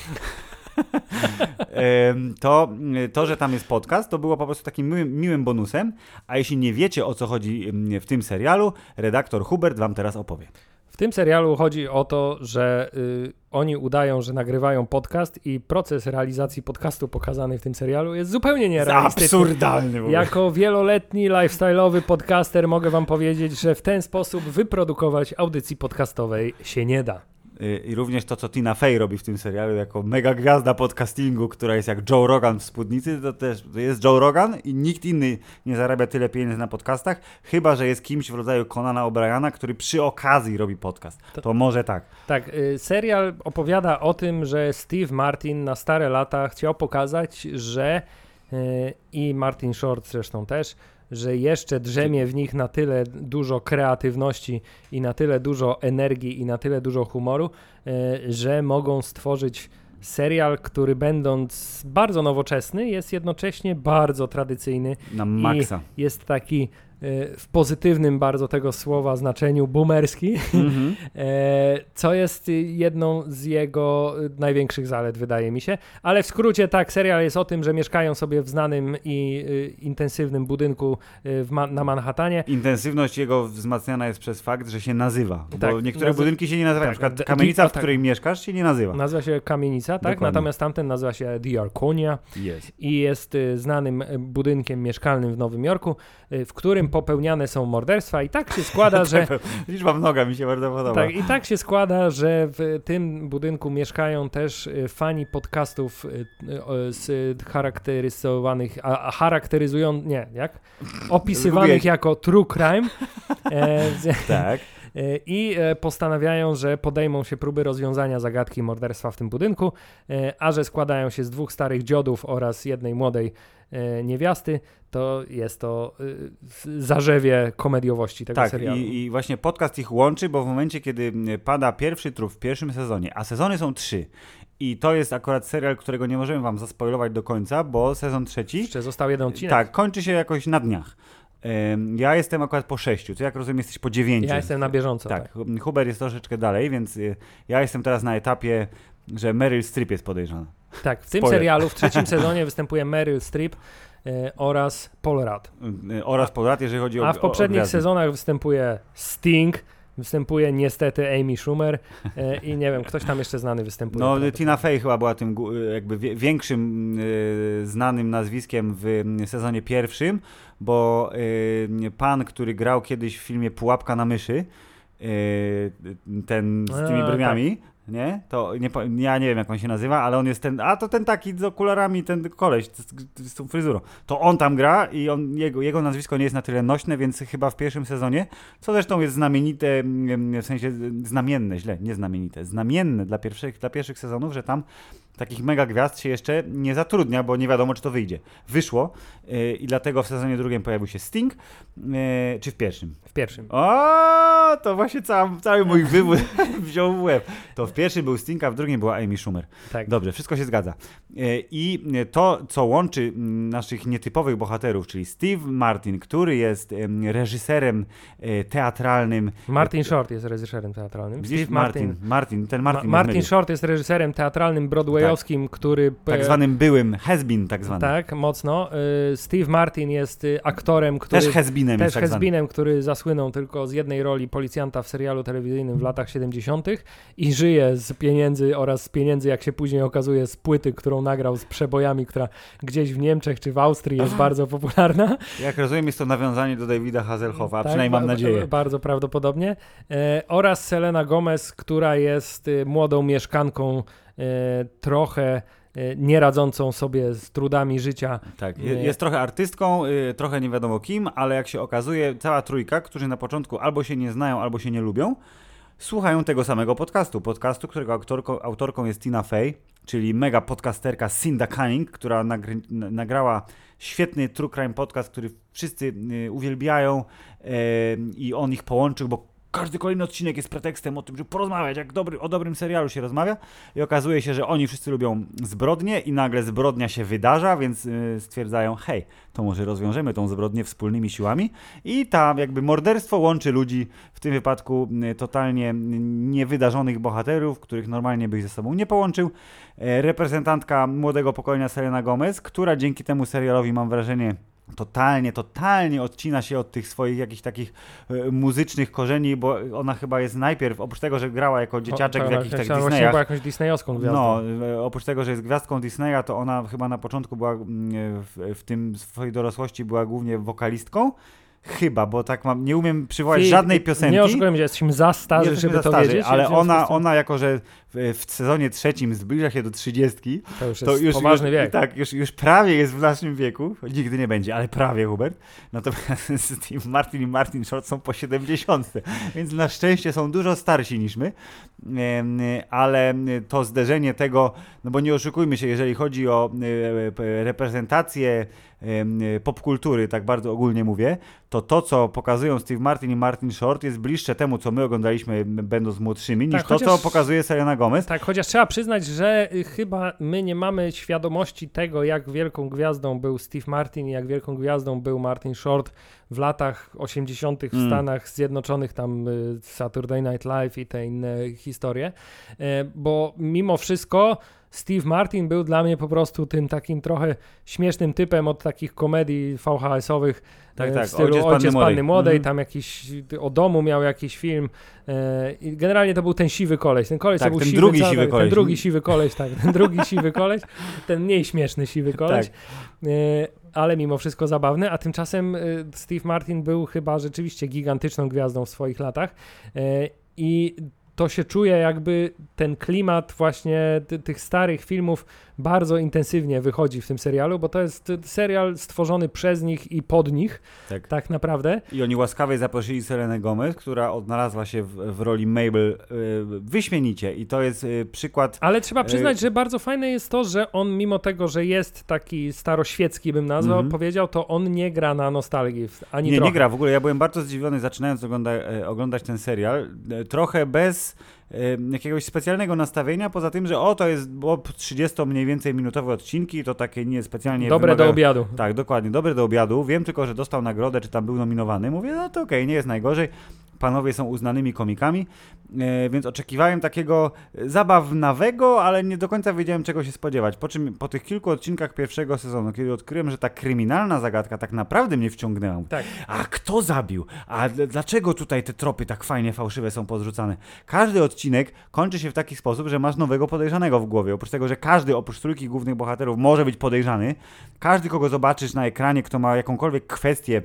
To, to, że tam jest podcast, to było po prostu takim miłym, miłym bonusem, a jeśli nie wiecie, o co chodzi w tym serialu, redaktor Hubert wam teraz opowie. W tym serialu chodzi o to, że y, oni udają, że nagrywają podcast i proces realizacji podcastu pokazany w tym serialu jest zupełnie nierealistyczny. Absurdalny w ogóle. Jako wieloletni lifestyle'owy podcaster mogę wam powiedzieć, że w ten sposób wyprodukować audycji podcastowej się nie da. I również to, co Tina Fey robi w tym serialu jako mega gwiazda podcastingu, która jest jak Joe Rogan w spódnicy, to też to jest Joe Rogan i nikt inny nie zarabia tyle pieniędzy na podcastach, chyba że jest kimś w rodzaju Conana O'Briana, który przy okazji robi podcast. To, to może tak. Tak, y, serial opowiada o tym, że Steve Martin na stare lata chciał pokazać, że y, i Martin Short zresztą też, że jeszcze drzemie w nich na tyle dużo kreatywności i na tyle dużo energii i na tyle dużo humoru, że mogą stworzyć serial, który będąc bardzo nowoczesny, jest jednocześnie bardzo tradycyjny. Na maksa. I jest taki w pozytywnym bardzo tego słowa znaczeniu boomerski, mm-hmm. co jest jedną z jego największych zalet, wydaje mi się. Ale w skrócie tak, serial jest o tym, że mieszkają sobie w znanym i intensywnym budynku w Ma- na Manhattanie. Intensywność jego wzmacniana jest przez fakt, że się nazywa, bo tak, niektóre nazy- budynki się nie nazywają. Tak, na przykład kamienica, w której tak. mieszkasz, się nie nazywa. Nazywa się kamienica, tak? Dokładnie. Natomiast tamten nazywa się The Arconia yes. i jest znanym budynkiem mieszkalnym w Nowym Jorku, w którym popełniane są morderstwa i tak się składa, że... Liczba mnoga mi się bardzo podoba. Tak, i tak się składa, że w tym budynku mieszkają też fani podcastów z charakteryzowanych, a, a charakteryzują, nie, jak? Opisywanych jako true crime. E, z, tak. I postanawiają, że podejmą się próby rozwiązania zagadki morderstwa w tym budynku, a że składają się z dwóch starych dziodów oraz jednej młodej niewiasty, to jest to zarzewie komediowości tego tak, serialu. Tak, i, i właśnie podcast ich łączy, bo w momencie, kiedy pada pierwszy trup w pierwszym sezonie, a sezony są trzy, i to jest akurat serial, którego nie możemy wam zaspoilować do końca, bo sezon trzeci... Jeszcze został jeden odcinek. Tak, kończy się jakoś na dniach. Ja jestem akurat po sześciu, ty jak rozumiem jesteś po dziewięciu. Ja jestem na bieżąco. Tak, tak. Hubert jest troszeczkę dalej, więc ja jestem teraz na etapie, że Meryl Streep jest podejrzana. Tak, w tym Spoiler. serialu w trzecim sezonie występuje Meryl Streep e, oraz Paul Rudd. E, oraz Paul Rudd, jeżeli chodzi o A w poprzednich o sezonach występuje Sting, występuje niestety Amy Schumer e, i nie wiem, ktoś tam jeszcze znany występuje. No Tina Fey chyba była tym jakby większym e, znanym nazwiskiem w sezonie pierwszym, bo e, pan, który grał kiedyś w filmie Pułapka na myszy, e, ten z tymi A, brwiami, tak. nie? To nie, ja nie wiem, jak on się nazywa, ale on jest ten, a to ten taki z okularami, ten koleś z, z tą fryzurą. To on tam gra i on, jego, jego nazwisko nie jest na tyle nośne, więc chyba w pierwszym sezonie, co zresztą jest znamienite, w sensie znamienne, źle, nie znamienite, znamienne dla pierwszych, dla pierwszych sezonów, że tam takich mega gwiazd się jeszcze nie zatrudnia, bo nie wiadomo, czy to wyjdzie. Wyszło yy, i dlatego w sezonie drugim pojawił się Sting, yy, czy w pierwszym? W pierwszym. O, to właśnie cały, cały mój wywód wziął w łeb. To w pierwszym był Sting, a w drugim była Amy Schumer. Tak. Dobrze, wszystko się zgadza. Yy, I to, co łączy naszych nietypowych bohaterów, czyli Steve Martin, który jest yy, reżyserem yy, teatralnym. Martin Short jest reżyserem teatralnym. Steve Martin, Martin, Martin, ten Martin. Ma- Martin Short jest reżyserem teatralnym Broadway. Tak. Który... Tak zwanym byłym has-been, tak zwany. Tak, mocno. Steve Martin jest aktorem, który... Też has-beenem Też jest tak has-beenem, który zasłynął tylko z jednej roli policjanta w serialu telewizyjnym w latach siedemdziesiątych i żyje z pieniędzy oraz z pieniędzy, jak się później okazuje, z płyty, którą nagrał z przebojami, która gdzieś w Niemczech czy w Austrii jest bardzo popularna. Jak rozumiem, jest to nawiązanie do Davida Hasselhoffa, tak, przynajmniej mam nadzieję. Bardzo prawdopodobnie. E, oraz Selena Gomez, która jest młodą mieszkanką E, trochę e, nie radzącą sobie z trudami życia. Tak, je, jest trochę artystką, y, trochę nie wiadomo kim, ale jak się okazuje, cała trójka, którzy na początku albo się nie znają, albo się nie lubią, słuchają tego samego podcastu. Podcastu, którego autorką, autorką jest Tina Fey, czyli mega podcasterka Cinda Cunning, która nagry, nagrała świetny true crime podcast, który wszyscy y, uwielbiają y, i on ich połączył, bo każdy kolejny odcinek jest pretekstem o tym, żeby porozmawiać, jak dobry, o dobrym serialu się rozmawia i okazuje się, że oni wszyscy lubią zbrodnie i nagle zbrodnia się wydarza, więc yy, stwierdzają, hej, to może rozwiążemy tą zbrodnię wspólnymi siłami i tam jakby morderstwo łączy ludzi, w tym wypadku yy, totalnie niewydarzonych bohaterów, których normalnie byś ze sobą nie połączył. Yy, reprezentantka młodego pokolenia Selena Gomez, która dzięki temu serialowi, mam wrażenie, totalnie, totalnie odcina się od tych swoich jakichś takich y, muzycznych korzeni, bo ona chyba jest najpierw, oprócz tego, że grała jako dzieciaczek o, tak, w jakichś tak Disneyach. Była jakąś disneyowską gwiazdą. No, y, oprócz tego, że jest gwiazdką Disneya, to ona chyba na początku była y, w, w tym swojej dorosłości była głównie wokalistką. Chyba, bo tak mam, nie umiem przywołać I, żadnej piosenki. Nie oszukujmy się, jesteśmy za starzy, jesteśmy żeby za to wiedzieć. Ale ona, ona jako, że w, w sezonie trzecim zbliża się do trzydziestki, to już jest to już, poważny już, wiek. Tak, już, już prawie jest w naszym wieku. Nigdy nie będzie, ale prawie, Hubert. Natomiast Steve Martin i Martin Short są po siedemdziesiątce, więc na szczęście są dużo starsi niż my. Ale to zderzenie tego, no bo nie oszukujmy się, jeżeli chodzi o reprezentację popkultury, tak bardzo ogólnie mówię, to to, co pokazują Steve Martin i Martin Short jest bliższe temu, co my oglądaliśmy będąc młodszymi, niż tak, to, chociaż... co pokazuje Selena Gomez Gomez. Tak, chociaż trzeba przyznać, że y, chyba my nie mamy świadomości tego, jak wielką gwiazdą był Steve Martin i jak wielką gwiazdą był Martin Short w latach osiemdziesiątych w Mm. Stanach Zjednoczonych, tam y, Saturday Night Live i te inne historie, y, bo mimo wszystko Steve Martin był dla mnie po prostu tym takim trochę śmiesznym typem od takich komedii V H S-owych Tak, e, tak, w stylu Ojciec Ojciec Panny Panny Młodej, Mhm. tam jakiś o domu miał jakiś film e, i generalnie to był ten siwy koleś, ten koleś Tak, co był ten siwy, drugi co, siwy ten koleś. drugi siwy koleś, tak, ten drugi siwy koleś, ten mniej śmieszny siwy koleś, Tak. e, ale mimo wszystko zabawny, a tymczasem e, Steve Martin był chyba rzeczywiście gigantyczną gwiazdą w swoich latach e, i to się czuje, jakby ten klimat właśnie ty, tych starych filmów bardzo intensywnie wychodzi w tym serialu, bo to jest serial stworzony przez nich i pod nich, Tak. tak naprawdę. I oni łaskawie zaprosili Selenę Gomez, która odnalazła się w, w roli Mabel y, wyśmienicie i to jest y, przykład... Ale trzeba przyznać, Y- że bardzo fajne jest to, że on mimo tego, że jest taki staroświecki, bym nazwał, Mhm. powiedział, to on nie gra na nostalgii, w- ani Nie, trochę. nie gra w ogóle. Ja byłem bardzo zdziwiony, zaczynając ogląda, e, oglądać ten serial. E, trochę bez e, jakiegoś specjalnego nastawienia, poza tym, że o, to jest bo trzydziesto mniej więcej minutowe odcinki, to takie nie specjalnie Dobre wymaga... do obiadu. Tak, dokładnie, dobre do obiadu. Wiem tylko, że dostał nagrodę, czy tam był nominowany. Mówię, no to okej, nie jest najgorzej. Panowie są uznanymi komikami, e, więc oczekiwałem takiego zabawnego, ale nie do końca wiedziałem, czego się spodziewać. Po czym po tych kilku odcinkach pierwszego sezonu, kiedy odkryłem, że ta kryminalna zagadka tak naprawdę mnie wciągnęła. Tak. A kto zabił? A d- dlaczego tutaj te tropy tak fajnie fałszywe są podrzucane? Każdy odcinek kończy się w taki sposób, że masz nowego podejrzanego w głowie. Oprócz tego, że każdy oprócz trójki głównych bohaterów może być podejrzany, każdy, kogo zobaczysz na ekranie, kto ma jakąkolwiek kwestię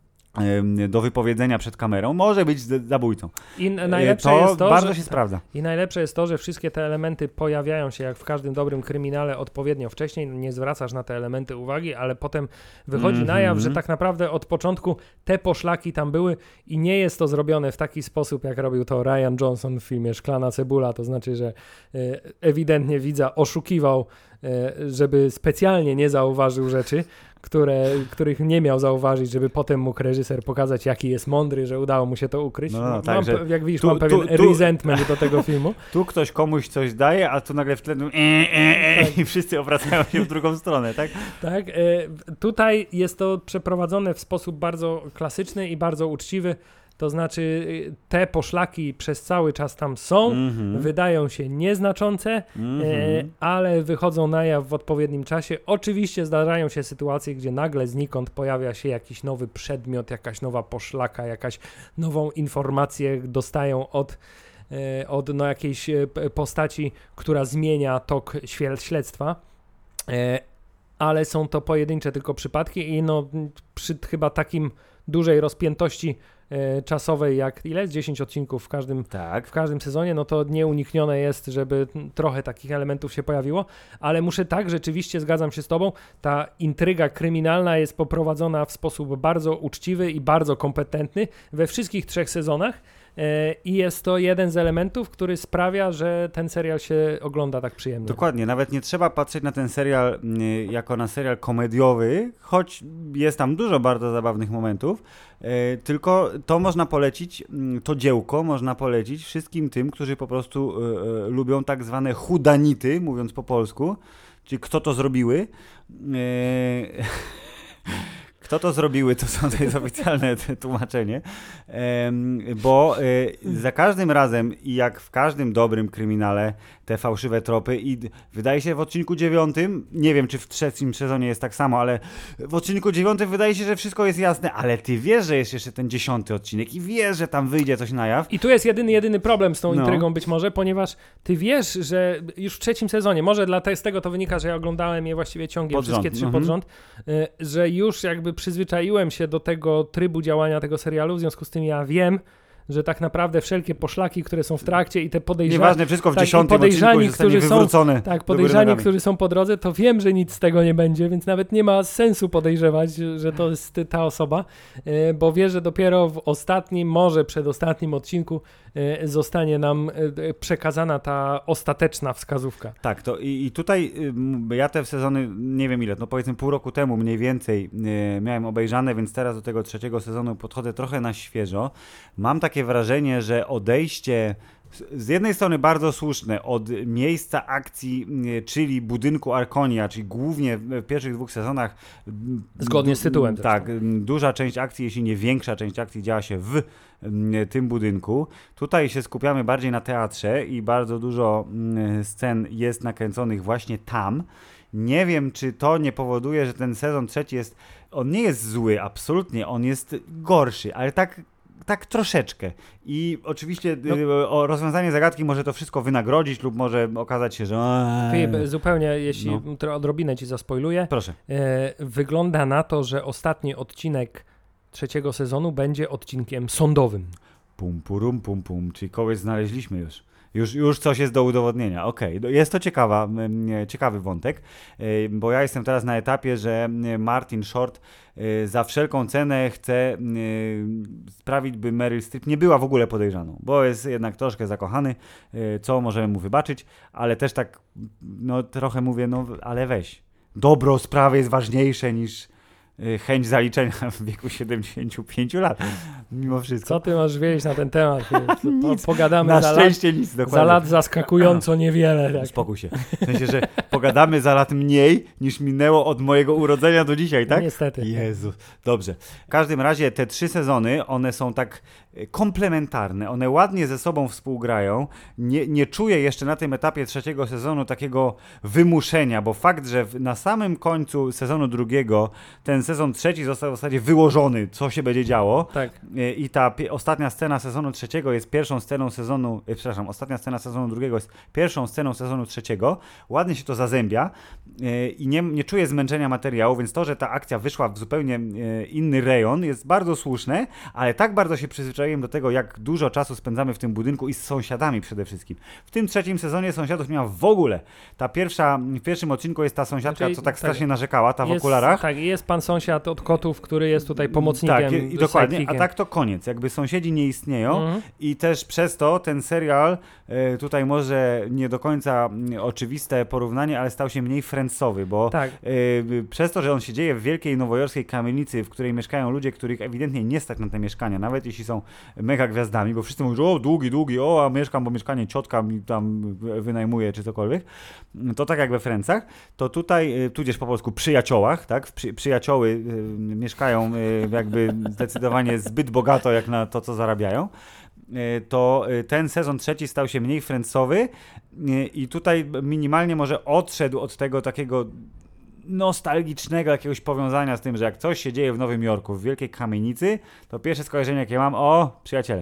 em, do wypowiedzenia przed kamerą, może być z- zabójcą. I n- E, najlepsze to jest to, bardzo że... się sprawdza. I najlepsze jest to, że wszystkie te elementy pojawiają się jak w każdym dobrym kryminale odpowiednio wcześniej, nie zwracasz na te elementy uwagi, ale potem wychodzi Mhm. na jaw, że tak naprawdę od początku te poszlaki tam były i nie jest to zrobione w taki sposób, jak robił to Ryan Johnson w filmie Szklana Cebula, to znaczy, że e, ewidentnie widza oszukiwał, e, żeby specjalnie nie zauważył rzeczy, które, których nie miał zauważyć, żeby potem mógł reżyser pokazać, jaki jest mądry, że udało mu się to ukryć. No, no, mam, tak, że pe- jak widzisz, tu- mam pewien tu- tu- resentment do tego filmu. Tu ktoś komuś coś daje, a tu nagle w tle e, e, e, i wszyscy obracają się w drugą stronę, tak? Tak, e, tutaj jest to przeprowadzone w sposób bardzo klasyczny i bardzo uczciwy, to znaczy e, te poszlaki przez cały czas tam są, Mhm. wydają się nieznaczące, e, Mhm. ale wychodzą na jaw w odpowiednim czasie. Oczywiście zdarzają się sytuacje, gdzie nagle znikąd pojawia się jakiś nowy przedmiot, jakaś nowa poszlaka, jakaś nową informację dostają od e, od no, jakiejś e, p- postaci, która zmienia tok świe- śledztwa. E, ale są to pojedyncze tylko przypadki i no przy chyba takim dużej rozpiętości e, czasowej jak ile? dziesięć odcinków w każdym, Tak. w każdym sezonie, no to nieuniknione jest, żeby m, trochę takich elementów się pojawiło, ale muszę tak, rzeczywiście zgadzam się z tobą, ta intryga kryminalna jest poprowadzona w sposób bardzo uczciwy i bardzo kompetentny we wszystkich trzech sezonach. E, I jest to jeden z elementów, który sprawia, że ten serial się ogląda tak przyjemnie. Dokładnie, nawet nie trzeba patrzeć na ten serial y, jako na serial komediowy, choć jest tam dużo bardzo zabawnych momentów, y, tylko to można polecić, y, to dziełko można polecić wszystkim tym, którzy po prostu y, y, lubią tak zwane chudanity, mówiąc po polsku, czyli kto to zrobiły. Y, Kto to zrobiły, to są to jest oficjalne t- tłumaczenie, Em, bo y, za każdym razem i jak w każdym dobrym kryminale te fałszywe tropy i d- wydaje się w odcinku dziewiątym, nie wiem czy w trzecim sezonie jest tak samo, ale w odcinku dziewiątym wydaje się, że wszystko jest jasne, ale ty wiesz, że jest jeszcze ten dziesiąty odcinek i wiesz, że tam wyjdzie coś na jaw. I tu jest jedyny, jedyny problem z tą No. intrygą być może, ponieważ ty wiesz, że już w trzecim sezonie, może dla te, z tego to wynika, że ja oglądałem je właściwie ciągiem, Pod rząd, wszystkie trzy mhm. pod rząd, y, że już jakby przyzwyczaiłem się do tego trybu działania tego serialu, w związku z tym ja wiem, że tak naprawdę wszelkie poszlaki, które są w trakcie i te podejrzenia, Nieważne, wszystko w tak, i dziesiątym odcinku podejrzani, zostanie którzy są- wywrócone. tak, do góry podejrzani, nogami. którzy są po drodze, to wiem, że nic z tego nie będzie, więc nawet nie ma sensu podejrzewać, że to jest ta osoba, e, bo wiem, że dopiero w ostatnim, może przedostatnim odcinku e, zostanie nam e, przekazana ta ostateczna wskazówka. Tak, to i, i tutaj ym, ja te sezony, nie wiem ile, no powiedzmy pół roku temu mniej więcej y, miałem obejrzane, więc teraz do tego trzeciego sezonu podchodzę trochę na świeżo. Mam takie wrażenie, że odejście z jednej strony bardzo słuszne, od miejsca akcji, czyli budynku Arkonia, czyli głównie w pierwszych dwóch sezonach. Zgodnie z tytułem. D- tak, duża część akcji, jeśli nie większa część akcji działa się w tym budynku. Tutaj się skupiamy bardziej na teatrze i bardzo dużo scen jest nakręconych właśnie tam. Nie wiem, czy to nie powoduje, że ten sezon trzeci jest, on nie jest zły, absolutnie, on jest gorszy, ale tak Tak troszeczkę. I oczywiście no. y, o rozwiązanie zagadki może to wszystko wynagrodzić lub może okazać się, że... Filip, zupełnie, jeśli no. odrobinę ci zaspoiluję. Proszę. E, wygląda na to, że ostatni odcinek trzeciego sezonu będzie odcinkiem sądowym. Pum, purum, pum, pum. Czyli kogoś znaleźliśmy już. Już, już coś jest do udowodnienia. Okej, okay. Jest to ciekawa, ciekawy wątek, bo ja jestem teraz na etapie, że Martin Short za wszelką cenę chce sprawić, by Meryl Streep nie była w ogóle podejrzaną, bo jest jednak troszkę zakochany, co możemy mu wybaczyć, ale też tak no trochę mówię, no ale weź. Dobro sprawy jest ważniejsze niż chęć zaliczenia w wieku siedemdziesięciu pięciu lat, mimo wszystko. Co ty masz wiedzieć na ten temat? Nic, pogadamy na za szczęście lat, nic, dokładnie. Za lat zaskakująco niewiele. Tak. Spokój się. W sensie, że pogadamy za lat mniej niż minęło od mojego urodzenia do dzisiaj, tak? Niestety. Jezu, dobrze. W każdym razie te trzy sezony, one są tak komplementarne, one ładnie ze sobą współgrają. Nie, nie czuję jeszcze na tym etapie trzeciego sezonu takiego wymuszenia, bo fakt, że na samym końcu sezonu drugiego ten sezon trzeci został w zasadzie wyłożony, co się będzie działo. Tak. I ta pi- ostatnia scena sezonu trzeciego jest pierwszą sceną sezonu, e, przepraszam, ostatnia scena sezonu drugiego jest pierwszą sceną sezonu trzeciego. Ładnie się to zazębia e, i nie, nie czuję zmęczenia materiału, więc to, że ta akcja wyszła w zupełnie e, inny rejon jest bardzo słuszne, ale tak bardzo się przyzwyczaiłem do tego, jak dużo czasu spędzamy w tym budynku i z sąsiadami przede wszystkim. W tym trzecim sezonie sąsiadów nie ma w ogóle. Ta pierwsza, w pierwszym odcinku jest ta sąsiadka, znaczy, co tak strasznie tak, narzekała, ta w jest, okularach. Tak, jest pan sąsiad od kotów, który jest tutaj pomocnikiem. Tak, i dokładnie, a tak to koniec. Jakby sąsiedzi nie istnieją mhm. i też przez to ten serial, e, tutaj może nie do końca oczywiste porównanie, ale stał się mniej friendsowy, bo tak. e, przez to, że on się dzieje w wielkiej nowojorskiej kamienicy, w której mieszkają ludzie, których ewidentnie nie stać na te mieszkania, nawet jeśli są mega gwiazdami, bo wszyscy mówią, o długi, długi, o a mieszkam, bo mieszkanie ciotka mi tam wynajmuje, czy cokolwiek, to tak jak we Francach, to tutaj, tudzież po polsku przyjaciołach, tak, Przy, przyjacioły y, mieszkają y, jakby zdecydowanie zbyt bogato jak na to, co zarabiają, y, to y, ten sezon trzeci stał się mniej friendsowy y, i tutaj minimalnie może odszedł od tego takiego nostalgicznego jakiegoś powiązania z tym, że jak coś się dzieje w Nowym Jorku, w wielkiej kamienicy, to pierwsze skojarzenie, jakie mam, o, przyjaciele.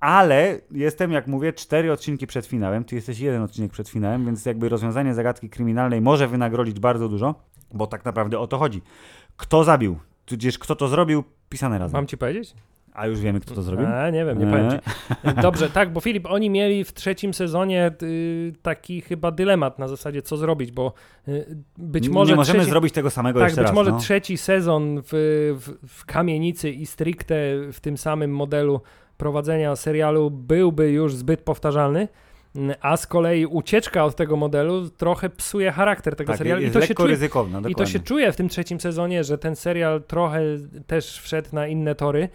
Ale jestem, jak mówię, cztery odcinki przed finałem, ty jesteś jeden odcinek przed finałem, więc jakby rozwiązanie zagadki kryminalnej może wynagrodzić bardzo dużo, bo tak naprawdę o to chodzi. Kto zabił, tudzież kto to zrobił, pisane razem. Mam ci powiedzieć? A już wiemy, kto to zrobił? A, nie wiem, nie powiem ci. Dobrze, tak, bo Filip, oni mieli w trzecim sezonie y, taki chyba dylemat na zasadzie, co zrobić, bo y, być może... Nie możemy trzeci, zrobić tego samego tak, jeszcze raz. Tak, być może no. trzeci sezon w, w, w kamienicy i stricte w tym samym modelu prowadzenia serialu byłby już zbyt powtarzalny, a z kolei ucieczka od tego modelu trochę psuje charakter tego tak, serialu. Jest I to lekko się czuje, ryzykowna, dokładnie. I to się czuje w tym trzecim sezonie, że ten serial trochę też wszedł na inne tory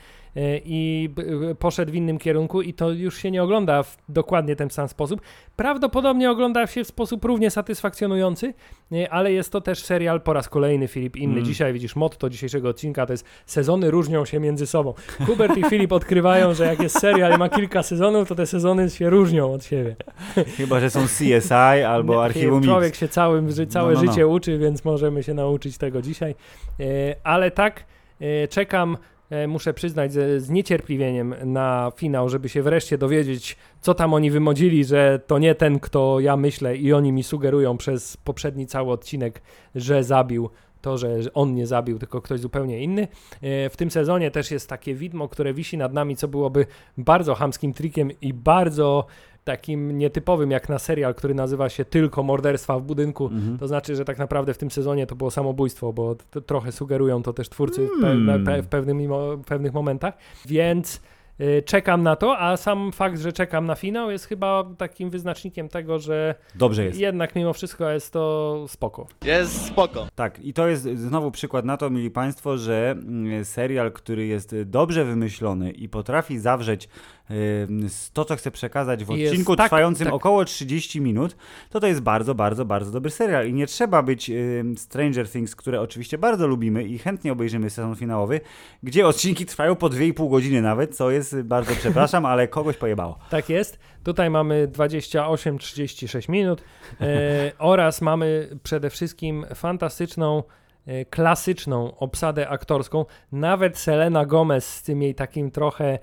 i poszedł w innym kierunku i to już się nie ogląda w dokładnie ten sam sposób. Prawdopodobnie ogląda się w sposób równie satysfakcjonujący, ale jest to też serial po raz kolejny, Filip, inny. Mm. Dzisiaj widzisz, motto dzisiejszego odcinka to jest sezony różnią się między sobą. Hubert i Filip odkrywają, że jak jest serial i ma kilka sezonów, to te sezony się różnią od siebie. Chyba, że są C S I albo Archiwum Mix. Człowiek się całym, całe no, no, no. życie uczy, więc możemy się nauczyć tego dzisiaj. Ale tak, czekam, muszę przyznać, z niecierpliwieniem na finał, żeby się wreszcie dowiedzieć, co tam oni wymodzili, że to nie ten, kto ja myślę i oni mi sugerują przez poprzedni cały odcinek, że zabił to, że on nie zabił, tylko ktoś zupełnie inny. W tym sezonie też jest takie widmo, które wisi nad nami, co byłoby bardzo chamskim trikiem i bardzo takim nietypowym jak na serial, który nazywa się tylko Morderstwa w budynku. Mhm. To znaczy, że tak naprawdę w tym sezonie to było samobójstwo, bo to trochę sugerują to też twórcy w, pe- pe- w, pewnym, w pewnych momentach. Więc y, czekam na to, a sam fakt, że czekam na finał jest chyba takim wyznacznikiem tego, że dobrze jest. Jednak mimo wszystko jest to spoko. Jest spoko. Tak, i to jest znowu przykład na to, mili Państwo, że serial, który jest dobrze wymyślony i potrafi zawrzeć to, co chce przekazać w Jest odcinku tak, trwającym tak. około trzydzieści minut, to to jest bardzo, bardzo, bardzo dobry serial i nie trzeba być y, Stranger Things, które oczywiście bardzo lubimy i chętnie obejrzymy sezon finałowy, gdzie odcinki trwają po dwie i pół godziny nawet, co jest, bardzo przepraszam, ale kogoś pojebało. Tak jest. Tutaj mamy dwadzieścia osiem trzydzieści sześć minut e, oraz mamy przede wszystkim fantastyczną, e, klasyczną obsadę aktorską. Nawet Selena Gomez z tym jej takim trochę...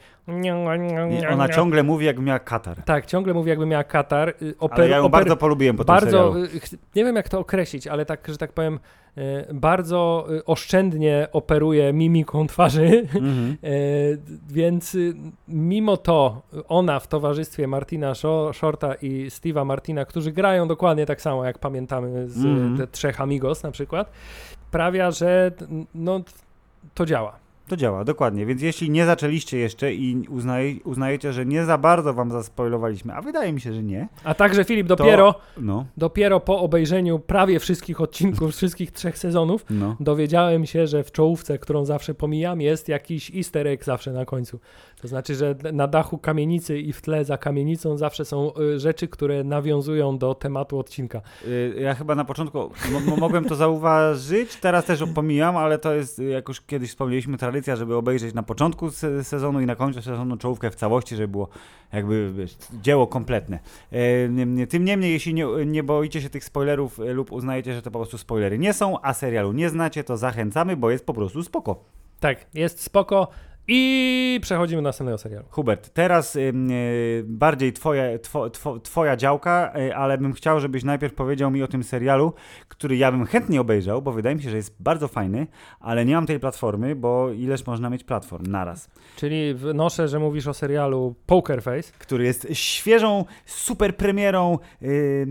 I ona ciągle mówi, jakby miała katar. Tak, ciągle mówi, jakby miała katar. Oper- ale ja ją oper- bardzo polubiłem po bardzo, tym serialu. nie wiem jak to określić, ale tak, że tak powiem, e, bardzo e, oszczędnie operuje mimiką twarzy, Mhm. e, więc e, mimo to ona w towarzystwie Martina Sho- Shorta i Steve'a Martina, którzy grają dokładnie tak samo, jak pamiętamy z Mhm. te trzech Amigos na przykład, sprawia, że no, to działa. To działa, dokładnie. Więc jeśli nie zaczęliście jeszcze i uznaje, uznajecie, że nie za bardzo wam zaspoilowaliśmy, a wydaje mi się, że nie, A także Filip, dopiero, to no, dopiero po obejrzeniu prawie wszystkich odcinków, wszystkich trzech sezonów, no. dowiedziałem się, że w czołówce, którą zawsze pomijam, jest jakiś easter egg zawsze na końcu. To znaczy, że na dachu kamienicy i w tle za kamienicą zawsze są y, rzeczy, które nawiązują do tematu odcinka. Y, Ja chyba na początku m- m- mogłem to zauważyć, teraz też pomijam, ale to jest, jak już kiedyś wspomnieliśmy, tradycja, żeby obejrzeć na początku se- sezonu i na końcu sezonu czołówkę w całości, żeby było jakby wiesz, dzieło kompletne. E, nie- nie- Tym niemniej, jeśli nie, nie boicie się tych spoilerów e, lub uznajecie, że to po prostu spoilery nie są, a serialu nie znacie, to zachęcamy, bo jest po prostu spoko. Tak, jest spoko. I przechodzimy do następnego serialu. Hubert, teraz y, y, bardziej twoje, two, two, twoja działka, y, ale bym chciał, żebyś najpierw powiedział mi o tym serialu, który ja bym chętnie obejrzał, bo wydaje mi się, że jest bardzo fajny, ale nie mam tej platformy, bo ileż można mieć platform naraz. Czyli wnoszę, że mówisz o serialu Poker Face. Który jest świeżą, super premierą y,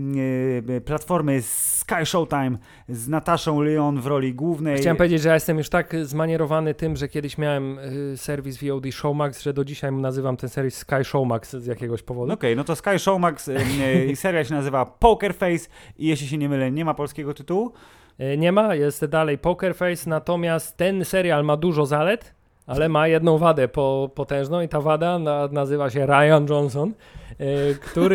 y, platformy Sky Showtime z Nataszą Lyonne w roli głównej. Chciałem powiedzieć, że ja jestem już tak zmanierowany tym, że kiedyś miałem y, serwis V O D Showmax, że do dzisiaj nazywam ten serwis Sky Showmax z jakiegoś powodu. Okej, okay, no to Sky Showmax, y, y, serial się nazywa Poker Face i jeśli się nie mylę, nie ma polskiego tytułu. Y, Nie ma, jest dalej Poker Face, natomiast ten serial ma dużo zalet, ale ma jedną wadę po, potężną i ta wada na, nazywa się Ryan Johnson, y, który...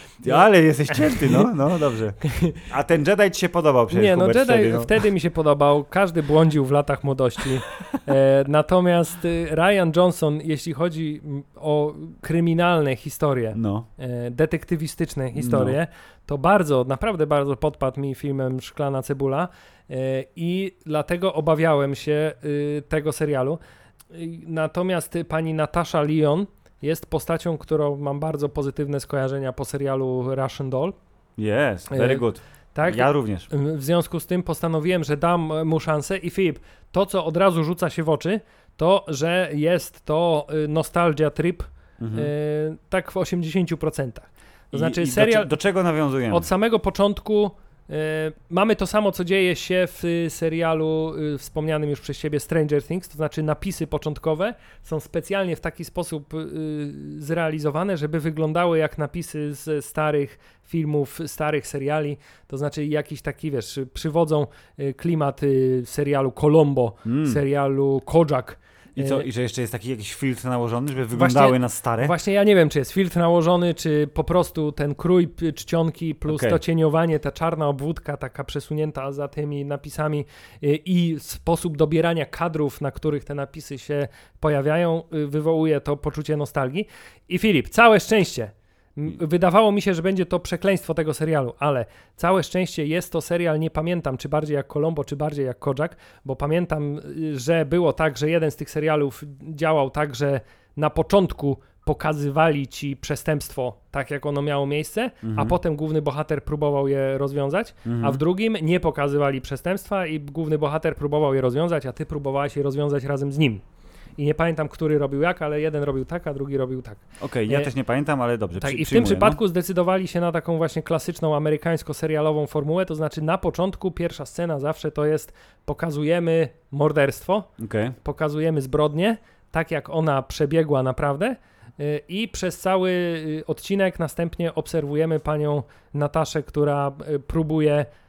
Ale jesteś cięty, no, no dobrze. A ten Jedi ci się podobał przecież, Nie, no Hubert, Jedi wtedy, no. wtedy mi się podobał, każdy błądził w latach młodości. E, natomiast y, Ryan Johnson, jeśli chodzi mm, o kryminalne historie, No. e, detektywistyczne historie, to bardzo, naprawdę bardzo podpadł mi filmem Szklana Cebula e, i dlatego obawiałem się y, tego serialu. Y, Natomiast y, pani Natasha Lyonne jest postacią, którą mam bardzo pozytywne skojarzenia po serialu Russian Doll. Yes, very good. Tak? Ja również. W związku z tym postanowiłem, że dam mu szansę i Filip, to co od razu rzuca się w oczy, to, że jest to y, nostalgia trip Mhm. y, tak w osiemdziesięciu procentach. To I, znaczy i serial do, do czego nawiązujemy? od samego początku y, mamy to samo, co dzieje się w y, serialu y, wspomnianym już przez ciebie Stranger Things, to znaczy napisy początkowe są specjalnie w taki sposób y, zrealizowane, żeby wyglądały jak napisy z starych filmów, starych seriali, to znaczy jakiś taki, wiesz, przywodzą y, klimat y, serialu Colombo, Mm. serialu Kojak. I co, Y, i że jeszcze jest taki jakiś filtr nałożony, żeby wyglądały Właśnie- na stare? Właśnie ja nie wiem, czy jest filtr nałożony, czy po prostu ten krój p- czcionki plus Okej. to cieniowanie, ta czarna obwódka taka przesunięta za tymi napisami y, i sposób dobierania kadrów, na których te napisy się pojawiają, y, wywołuje to poczucie nostalgii. I Filip, całe szczęście. M- Wydawało mi się, że będzie to przekleństwo tego serialu, ale całe szczęście jest to serial, nie pamiętam, czy bardziej jak Colombo, czy bardziej jak Kojak, bo pamiętam, y, że było tak, że jeden z tych serialów działał tak, że na początku pokazywali ci przestępstwo tak, jak ono miało miejsce, Mhm. a potem główny bohater próbował je rozwiązać, Mhm. a w drugim nie pokazywali przestępstwa i główny bohater próbował je rozwiązać, a ty próbowałeś je rozwiązać razem z nim. I nie pamiętam, który robił jak, ale jeden robił tak, a drugi robił tak. Okej, ja E, też nie pamiętam, ale dobrze, Tak, przy, i w tym przyjmuję, przypadku zdecydowali się na taką właśnie klasyczną amerykańsko-serialową formułę, to znaczy na początku pierwsza scena zawsze to jest pokazujemy morderstwo, no. Okej. pokazujemy zbrodnię, tak jak ona przebiegła naprawdę y, i przez cały y, odcinek następnie obserwujemy panią Nataszę, która y, próbuje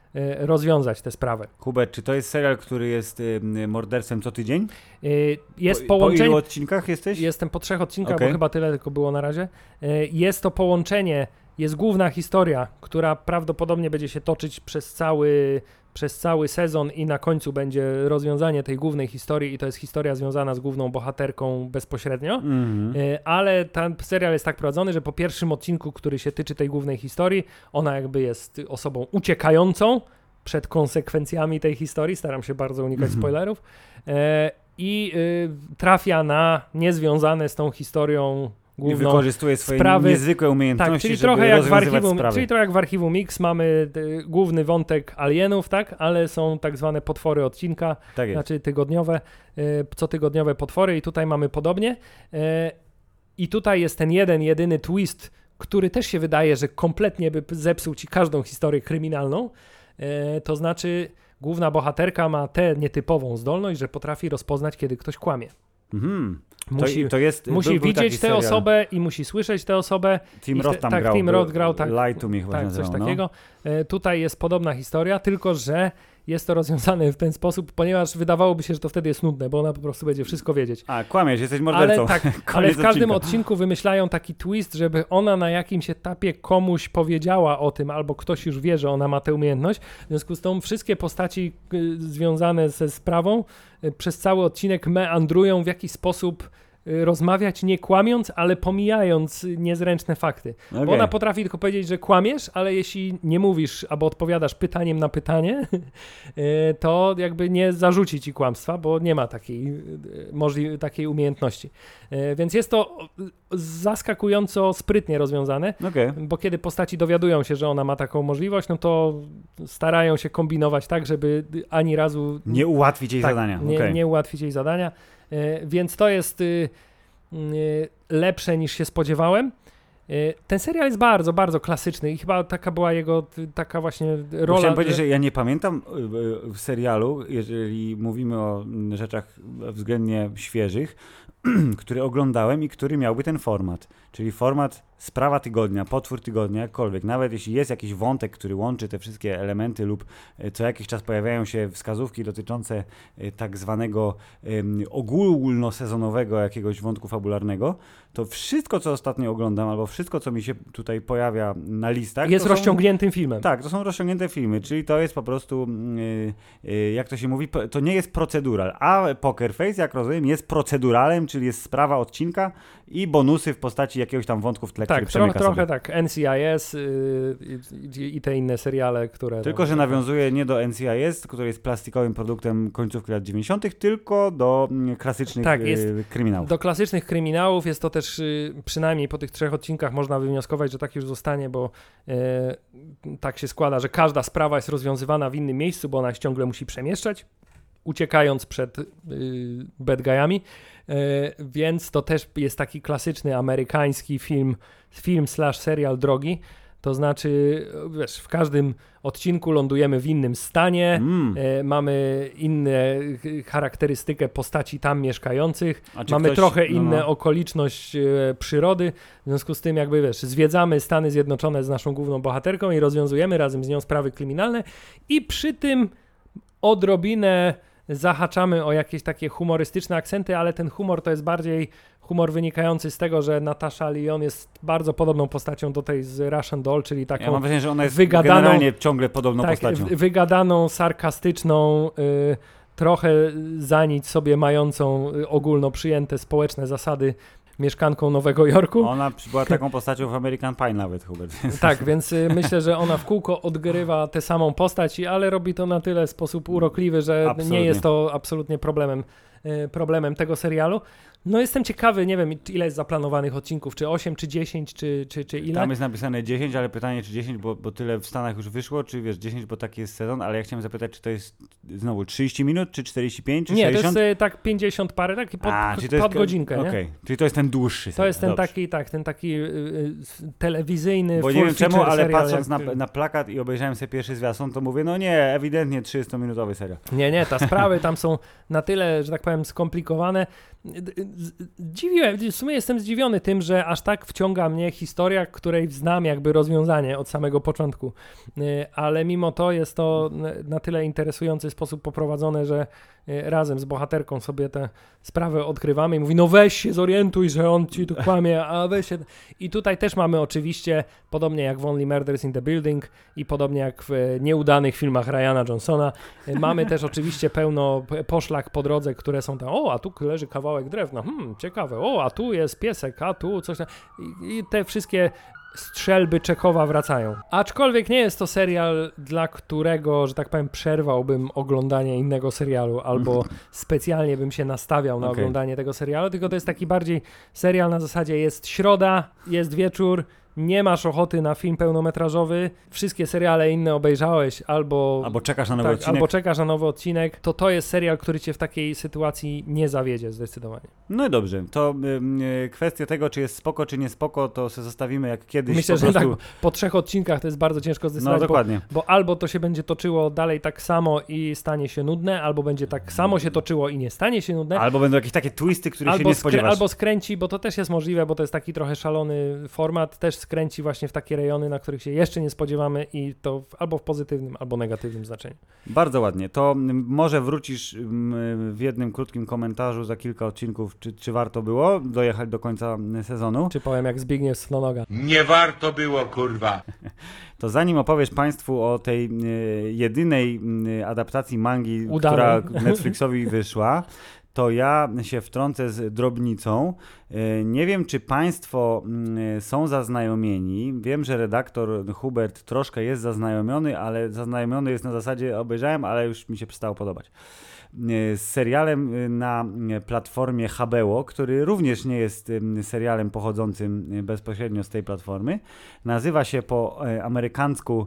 e, rozwiązać tę sprawę. Hubert, czy to jest serial, który jest y, morderstwem co tydzień? E, jest po, połączenie... Po ilu odcinkach jesteś? Jestem po trzech odcinkach, Okay. bo chyba tyle tylko było na razie. E, jest to połączenie, jest główna historia, która prawdopodobnie będzie się toczyć przez cały... przez cały sezon i na końcu będzie rozwiązanie tej głównej historii i to jest historia związana z główną bohaterką bezpośrednio, Mhm. y, ale ten serial jest tak prowadzony, że po pierwszym odcinku, który się tyczy tej głównej historii, ona jakby jest osobą uciekającą przed konsekwencjami tej historii, staram się bardzo unikać Mhm. spoilerów, y, i y, trafia na niezwiązane z tą historią I główną wykorzystuje swoje sprawy. niezwykłe umiejętności, Tak, czyli żeby trochę, jak w rozwiązywać archiwum, sprawy. czyli trochę jak w Archiwum X mamy y, główny wątek alienów, tak, ale są tak zwane potwory odcinka, Tak jest. znaczy tygodniowe, y, cotygodniowe potwory i tutaj mamy podobnie. Y, I tutaj jest ten jeden, jedyny twist, który też się wydaje, że kompletnie by zepsuł ci każdą historię kryminalną. Y, to znaczy główna bohaterka ma tę nietypową zdolność, że potrafi rozpoznać, kiedy ktoś kłamie. Mhm. Musi, to, to jest, musi był, był taki widzieć tę serial. osobę i musi słyszeć tę osobę. Tim I Roth te- tam tak, grał. Tim był- Roth grał, tak. Lie to Me chyba Tak, się coś nazywał, no. takiego. E, tutaj jest podobna historia, tylko że jest to rozwiązane w ten sposób, ponieważ wydawałoby się, że to wtedy jest nudne, bo ona po prostu będzie wszystko wiedzieć. A, kłamiesz, jesteś mordercą. Ale, tak, ale Koniec w każdym odcinka. odcinku wymyślają taki twist, żeby ona na jakimś etapie komuś powiedziała o tym, albo ktoś już wie, że ona ma tę umiejętność. W związku z tym wszystkie postaci y, związane ze sprawą y, przez cały odcinek meandrują w jakiś sposób y, rozmawiać nie kłamiąc, ale pomijając y, niezręczne fakty. Bo Okej. ona potrafi tylko powiedzieć, że kłamiesz, ale jeśli nie mówisz albo odpowiadasz pytaniem na pytanie, y, to jakby nie zarzuci ci kłamstwa, bo nie ma takiej, y, możli- takiej umiejętności. Y, Więc jest to zaskakująco sprytnie rozwiązane, Okej. bo kiedy postaci dowiadują się, że ona ma taką możliwość, no to starają się kombinować tak, żeby ani razu Nie ułatwić jej tak, zadania. nie, Okej. nie ułatwić jej zadania. E, więc to jest y, y, lepsze niż się spodziewałem. E, ten serial jest bardzo, bardzo klasyczny i chyba taka była jego y, taka właśnie rola. Chciałem powiedzieć, że ja nie pamiętam y, y, w serialu, jeżeli mówimy o mm, rzeczach względnie świeżych, który oglądałem i który miałby ten format. Czyli format sprawa tygodnia, potwór tygodnia, jakkolwiek. Nawet jeśli jest jakiś wątek, który łączy te wszystkie elementy lub y, co jakiś czas pojawiają się wskazówki dotyczące y, tak zwanego ym, ogólnosezonowego jakiegoś wątku fabularnego, to wszystko, co ostatnio oglądam, albo wszystko, co mi się tutaj pojawia na listach, jest to są- rozciągniętym filmem. Tak, to są rozciągnięte filmy, czyli to jest po prostu, yy, yy, jak to się mówi, po- to nie jest procedural, a Poker Face, jak rozumiem, jest proceduralem, czyli jest sprawa odcinka i bonusy w postaci jakiegoś tam wątku w tle, który Tak, tro, przemyka trochę sobie. tak. N C I S y, i, i te inne seriale, które... Tylko, tam- że nawiązuje nie do N C I S, który jest plastikowym produktem końcówki lat dziewięćdziesiątych, tylko do mm, klasycznych Tak, yy, jest kryminałów. Do klasycznych kryminałów jest to też y, przynajmniej po tych trzech odcinkach można wywnioskować, że tak już zostanie, bo y, tak się składa, że każda sprawa jest rozwiązywana w innym miejscu, bo ona się ciągle musi przemieszczać, uciekając przed y, bad guyami, y, więc to też jest taki klasyczny amerykański film, film slash serial drogi. To znaczy, wiesz, w każdym odcinku lądujemy w innym stanie, Mm. e, mamy inną charakterystykę postaci tam mieszkających, A czy mamy ktoś- trochę no, inne no. okoliczność e, przyrody, w związku z tym jakby, wiesz, zwiedzamy Stany Zjednoczone z naszą główną bohaterką i rozwiązujemy razem z nią sprawy kryminalne i przy tym odrobinę zahaczamy o jakieś takie humorystyczne akcenty, ale ten humor to jest bardziej humor wynikający z tego, że Natasha Lyonne jest bardzo podobną postacią do tej z Russian Doll, czyli taką Ja mam wrażenie, że ona jest wygadaną- generalnie ciągle podobną tak, postacią. w- wygadaną, sarkastyczną, y, trochę za nic sobie mającą y, ogólno przyjęte społeczne zasady mieszkanką Nowego Jorku. Ona była taką postacią w American Pie nawet, Hubert. Tak, więc y, myślę, że ona w kółko odgrywa tę samą postać, i- ale robi to na tyle w sposób urokliwy, że Absolutnie. nie jest to absolutnie problemem, y, problemem tego serialu. No jestem ciekawy, nie wiem ile jest zaplanowanych odcinków, czy osiem, czy dziesięć, czy, czy, czy ile. Tam jest napisane dziesięć, ale pytanie czy dziesięć, bo, bo tyle w Stanach już wyszło, czy wiesz dziesięć, bo taki jest sezon, ale ja chciałem zapytać, czy to jest znowu trzydzieści minut, czy czterdzieści pięć, czy Nie, sześćdziesiąt? to jest y, tak pięćdziesiąt parę, taki pod, A, czyli to pod jest godzinkę, nie? Okej, czyli to jest ten dłuższy To serial. jest ten Dobrze. taki, tak, ten taki y, y, telewizyjny Bo full nie wiem czemu, feature ale serial, patrząc na, jak- na plakat i obejrzałem sobie pierwszy zwiastun, to mówię, no nie, ewidentnie trzydziestominutowy serial. Nie, nie, te sprawy tam są na tyle, że tak powiem, powiem, skomplikowane. Dziwiłem, w sumie jestem zdziwiony tym, że aż tak wciąga mnie historia, której znam jakby rozwiązanie od samego początku, ale mimo to jest to na tyle interesujący sposób poprowadzone, że razem z bohaterką sobie te sprawy odkrywamy i mówi, no weź się zorientuj, że on ci tu kłamie, a weź się... I tutaj też mamy oczywiście, podobnie jak w Only Murders in the Building i podobnie jak w nieudanych filmach Ryana Johnsona, mamy też oczywiście pełno poszlak po drodze, które są tam, o, a tu leży kawałek drewna, hmm, ciekawe, o, a tu jest piesek, a tu coś tam. I, i te wszystkie strzelby Czechowa wracają. Aczkolwiek nie jest to serial, dla którego, że tak powiem, przerwałbym oglądanie innego serialu, albo specjalnie bym się nastawiał na Okay. oglądanie tego serialu, tylko to jest taki bardziej serial na zasadzie jest środa, jest wieczór, nie masz ochoty na film pełnometrażowy, wszystkie seriale inne obejrzałeś, albo... Albo czekasz na nowy tak, odcinek. albo czekasz na nowy odcinek, to to jest serial, który cię w takiej sytuacji nie zawiedzie zdecydowanie. No i dobrze, to y, kwestia tego, czy jest spoko, czy nie spoko, to sobie zostawimy jak kiedyś. Myślę, po że prostu... tak po trzech odcinkach to jest bardzo ciężko No zdecydować, dokładnie. bo, bo albo to się będzie toczyło dalej tak samo i stanie się nudne, albo będzie tak samo się toczyło i nie stanie się nudne. Albo będą jakieś takie twisty, których się Albo, nie skrę- spodziewasz. albo skręci, bo to też jest możliwe, bo to jest taki trochę szalony format, też skręci właśnie w takie rejony, na których się jeszcze nie spodziewamy i to w, albo w pozytywnym, albo negatywnym znaczeniu. Bardzo ładnie. To m, może wrócisz m, w jednym krótkim komentarzu za kilka odcinków, czy, czy warto było dojechać do końca sezonu. Czy powiem jak Zbigniew Slonoga. Nie warto było, kurwa. To zanim opowiesz Państwu o tej e, jedynej e, adaptacji mangi, Udanej. która Netflixowi wyszła, to ja się wtrącę z drobnicą. E, Nie wiem, czy Państwo mm, są zaznajomieni. Wiem, że redaktor Hubert troszkę jest zaznajomiony, ale zaznajomiony jest na zasadzie obejrzałem, ale już mi się przestało podobać. E, Z serialem na platformie H B O, który również nie jest em, serialem pochodzącym e, bezpośrednio z tej platformy. Nazywa się po e, amerykańsku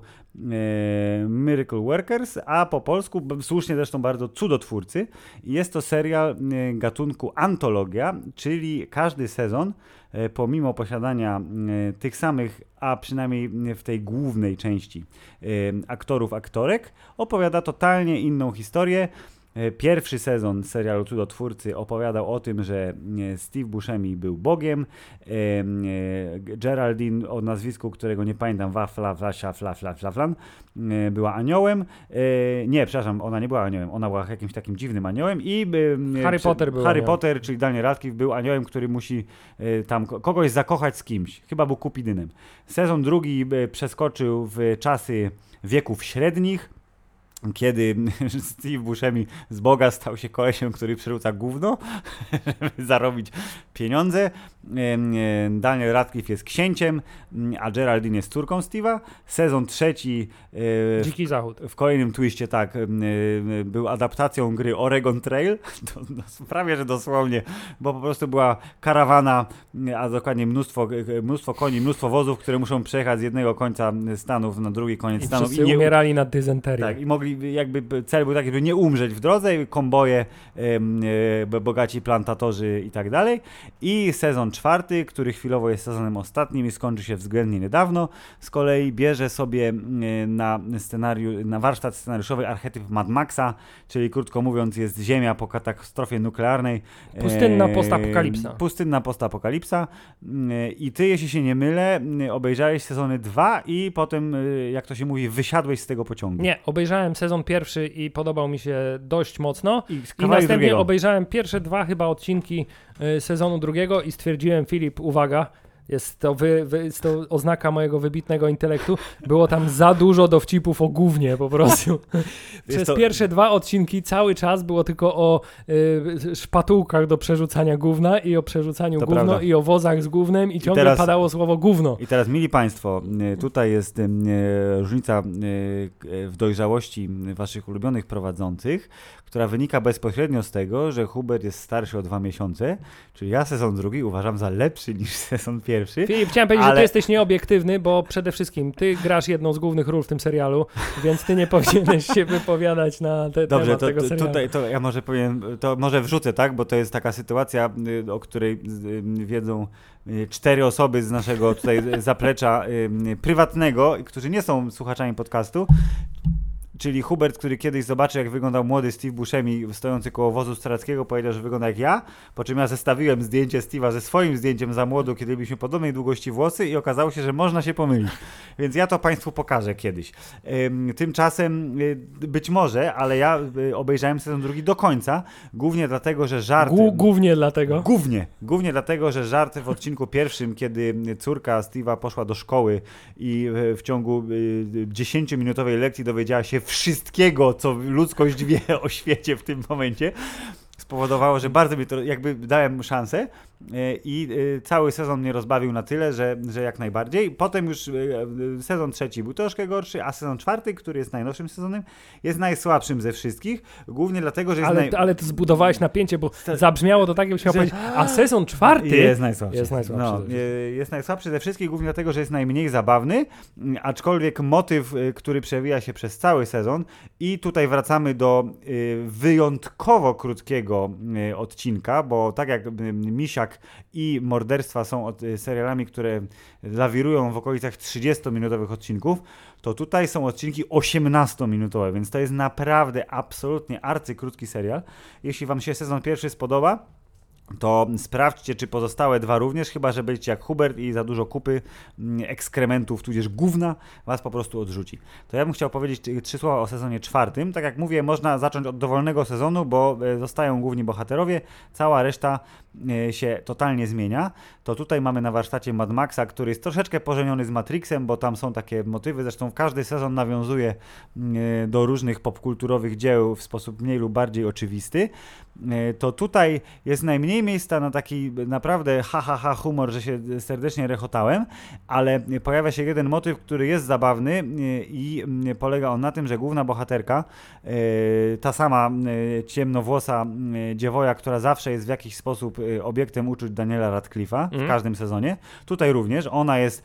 e, Miracle Workers, a po polsku, b- słusznie zresztą bardzo, Cudotwórcy. Jest to serial e, gatunku antologia, czyli każdy sezon, e, pomimo posiadania e, tych samych, a przynajmniej w tej głównej części e, aktorów, aktorek, opowiada totalnie inną historię. E, Pierwszy sezon serialu Cudotwórcy opowiadał o tym, że e, Steve Buscemi był Bogiem, e, e, Geraldine o nazwisku, którego nie pamiętam, Wafla, Flasha, Fla, Fla, Fla, Flan, e, była aniołem. E, Nie, przepraszam, ona nie była aniołem, ona była jakimś takim dziwnym aniołem i e, Harry prze- Potter był Harry aniołem. Potter, czyli Daniel Radcliffe był aniołem, który musi e, tam ko- kogoś zakochać z kimś. Chyba był Kupidynem. Sezon drugi e, przeskoczył w czasy wieków średnich, kiedy Steve Buscemi z Boga stał się kolesiem, który przerzuca gówno, żeby zarobić pieniądze. Em, e, Daniel Radcliffe jest księciem, m, a Geraldine jest córką Steve'a. Sezon trzeci e, w, Dziki Zachód. w kolejnym twiście tak em, e, był adaptacją gry Oregon Trail. To, no, prawie, że dosłownie, bo po prostu była karawana, a dokładnie mnóstwo, mnóstwo koni, mnóstwo wozów, które muszą przejechać z jednego końca Stanów na drugi koniec I Stanów. wszyscy nie- umierali na dysenterię. tak, i mogli, jakby cel był taki, żeby nie umrzeć w drodze, komboje, em, e, bogaci plantatorzy i tak dalej. I sezon czwarty, który chwilowo jest sezonem ostatnim i skończy się względnie niedawno, z kolei bierze sobie e, na scenariusz, na warsztat scenariuszowy archetyp Mad Maxa, czyli krótko mówiąc jest Ziemia po katastrofie nuklearnej. Pustynna E, postapokalipsa. Pustynna postapokalipsa. E, I ty, jeśli się nie mylę, obejrzałeś sezony dwa i potem, e, jak to się mówi, wysiadłeś z tego pociągu. Nie, obejrzałem sezon pierwszy i podobał mi się dość mocno. I, I kawałek następnie drugiego. obejrzałem pierwsze dwa chyba odcinki y, sezonu drugiego i stwierdziłem, Filip, uwaga, jest to, wy, wy, jest to oznaka mojego wybitnego intelektu, było tam za dużo dowcipów o gównie po prostu. Przez to- pierwsze dwa odcinki cały czas było tylko o y, szpatułkach do przerzucania gówna i o przerzucaniu To gówno prawda. i o wozach z gównem i ciągle teraz- padało słowo gówno. I teraz, mili Państwo, y, tutaj jest y, różnica y, w dojrzałości Waszych ulubionych prowadzących, która wynika bezpośrednio z tego, że Hubert jest starszy o dwa miesiące, czyli ja sezon drugi uważam za lepszy niż sezon pierwszy. Filip, chciałem powiedzieć, że ale- ty jesteś nieobiektywny, bo przede wszystkim ty grasz jedną z głównych ról w tym serialu, więc ty nie powinieneś się wypowiadać na te, Dobrze, temat to, tego to serialu. tutaj to ja może powiem, to może wrzucę, tak, bo to jest taka sytuacja, y, o której y, wiedzą y, cztery osoby z naszego tutaj zaplecza y, prywatnego, którzy nie są słuchaczami podcastu. czyli Hubert, który kiedyś zobaczył, jak wyglądał młody Steve Buscemi stojący koło wozu strzeleckiego, powiedział, że wygląda jak ja, po czym ja zestawiłem zdjęcie Steve'a ze swoim zdjęciem za młodu, kiedy byliśmy podobnej długości włosy i okazało się, że można się pomylić. Więc ja to Państwu pokażę kiedyś. Tymczasem być może, ale ja obejrzałem sezon drugi do końca, głównie dlatego, że żart... Gł- głównie dlatego. Głównie, głównie dlatego, że żart w odcinku pierwszym, kiedy córka Steve'a poszła do szkoły i w ciągu dziesięciominutowej lekcji dowiedziała się wszystkiego, co ludzkość wie o świecie w tym momencie, spowodowało, że bardzo mi to, jakby dałem mu szansę i cały sezon mnie rozbawił na tyle, że, że jak najbardziej. Potem już sezon trzeci był troszkę gorszy, a sezon czwarty, który jest najnowszym sezonem, jest najsłabszym ze wszystkich, głównie dlatego, że jest ale, naj... ale ty zbudowałeś napięcie, bo zabrzmiało to tak, jakbyś miał że... powiedzieć, a sezon czwarty jest najsłabszy. Jest najsłabszy, no, jest najsłabszy ze wszystkich, głównie dlatego, że jest najmniej zabawny, aczkolwiek motyw, który przewija się przez cały sezon i tutaj wracamy do wyjątkowo krótkiego odcinka, bo tak jak Misiak i Morderstwa są od, serialami, które lawirują w okolicach trzydziestominutowych odcinków, to tutaj są odcinki osiemnastominutowe, więc to jest naprawdę absolutnie arcykrótki serial. Jeśli wam się sezon pierwszy spodoba, to sprawdźcie, czy pozostałe dwa również, chyba że będziecie jak Hubert i za dużo kupy, ekskrementów, tudzież gówna was po prostu odrzuci. To ja bym chciał powiedzieć trzy słowa o sezonie czwartym. Tak jak mówię, można zacząć od dowolnego sezonu, bo zostają główni bohaterowie, cała reszta się totalnie zmienia. To tutaj mamy na warsztacie Mad Maxa, który jest troszeczkę pożeniony z Matrixem, bo tam są takie motywy, zresztą każdy sezon nawiązuje do różnych popkulturowych dzieł w sposób mniej lub bardziej oczywisty. To tutaj jest najmniej miejsca na taki naprawdę ha ha ha humor, że się serdecznie rechotałem, ale pojawia się jeden motyw, który jest zabawny i polega on na tym, że główna bohaterka, ta sama ciemnowłosa dziewoja, która zawsze jest w jakiś sposób obiektem uczuć Daniela Radcliffe'a w mm. każdym sezonie, tutaj również, ona jest,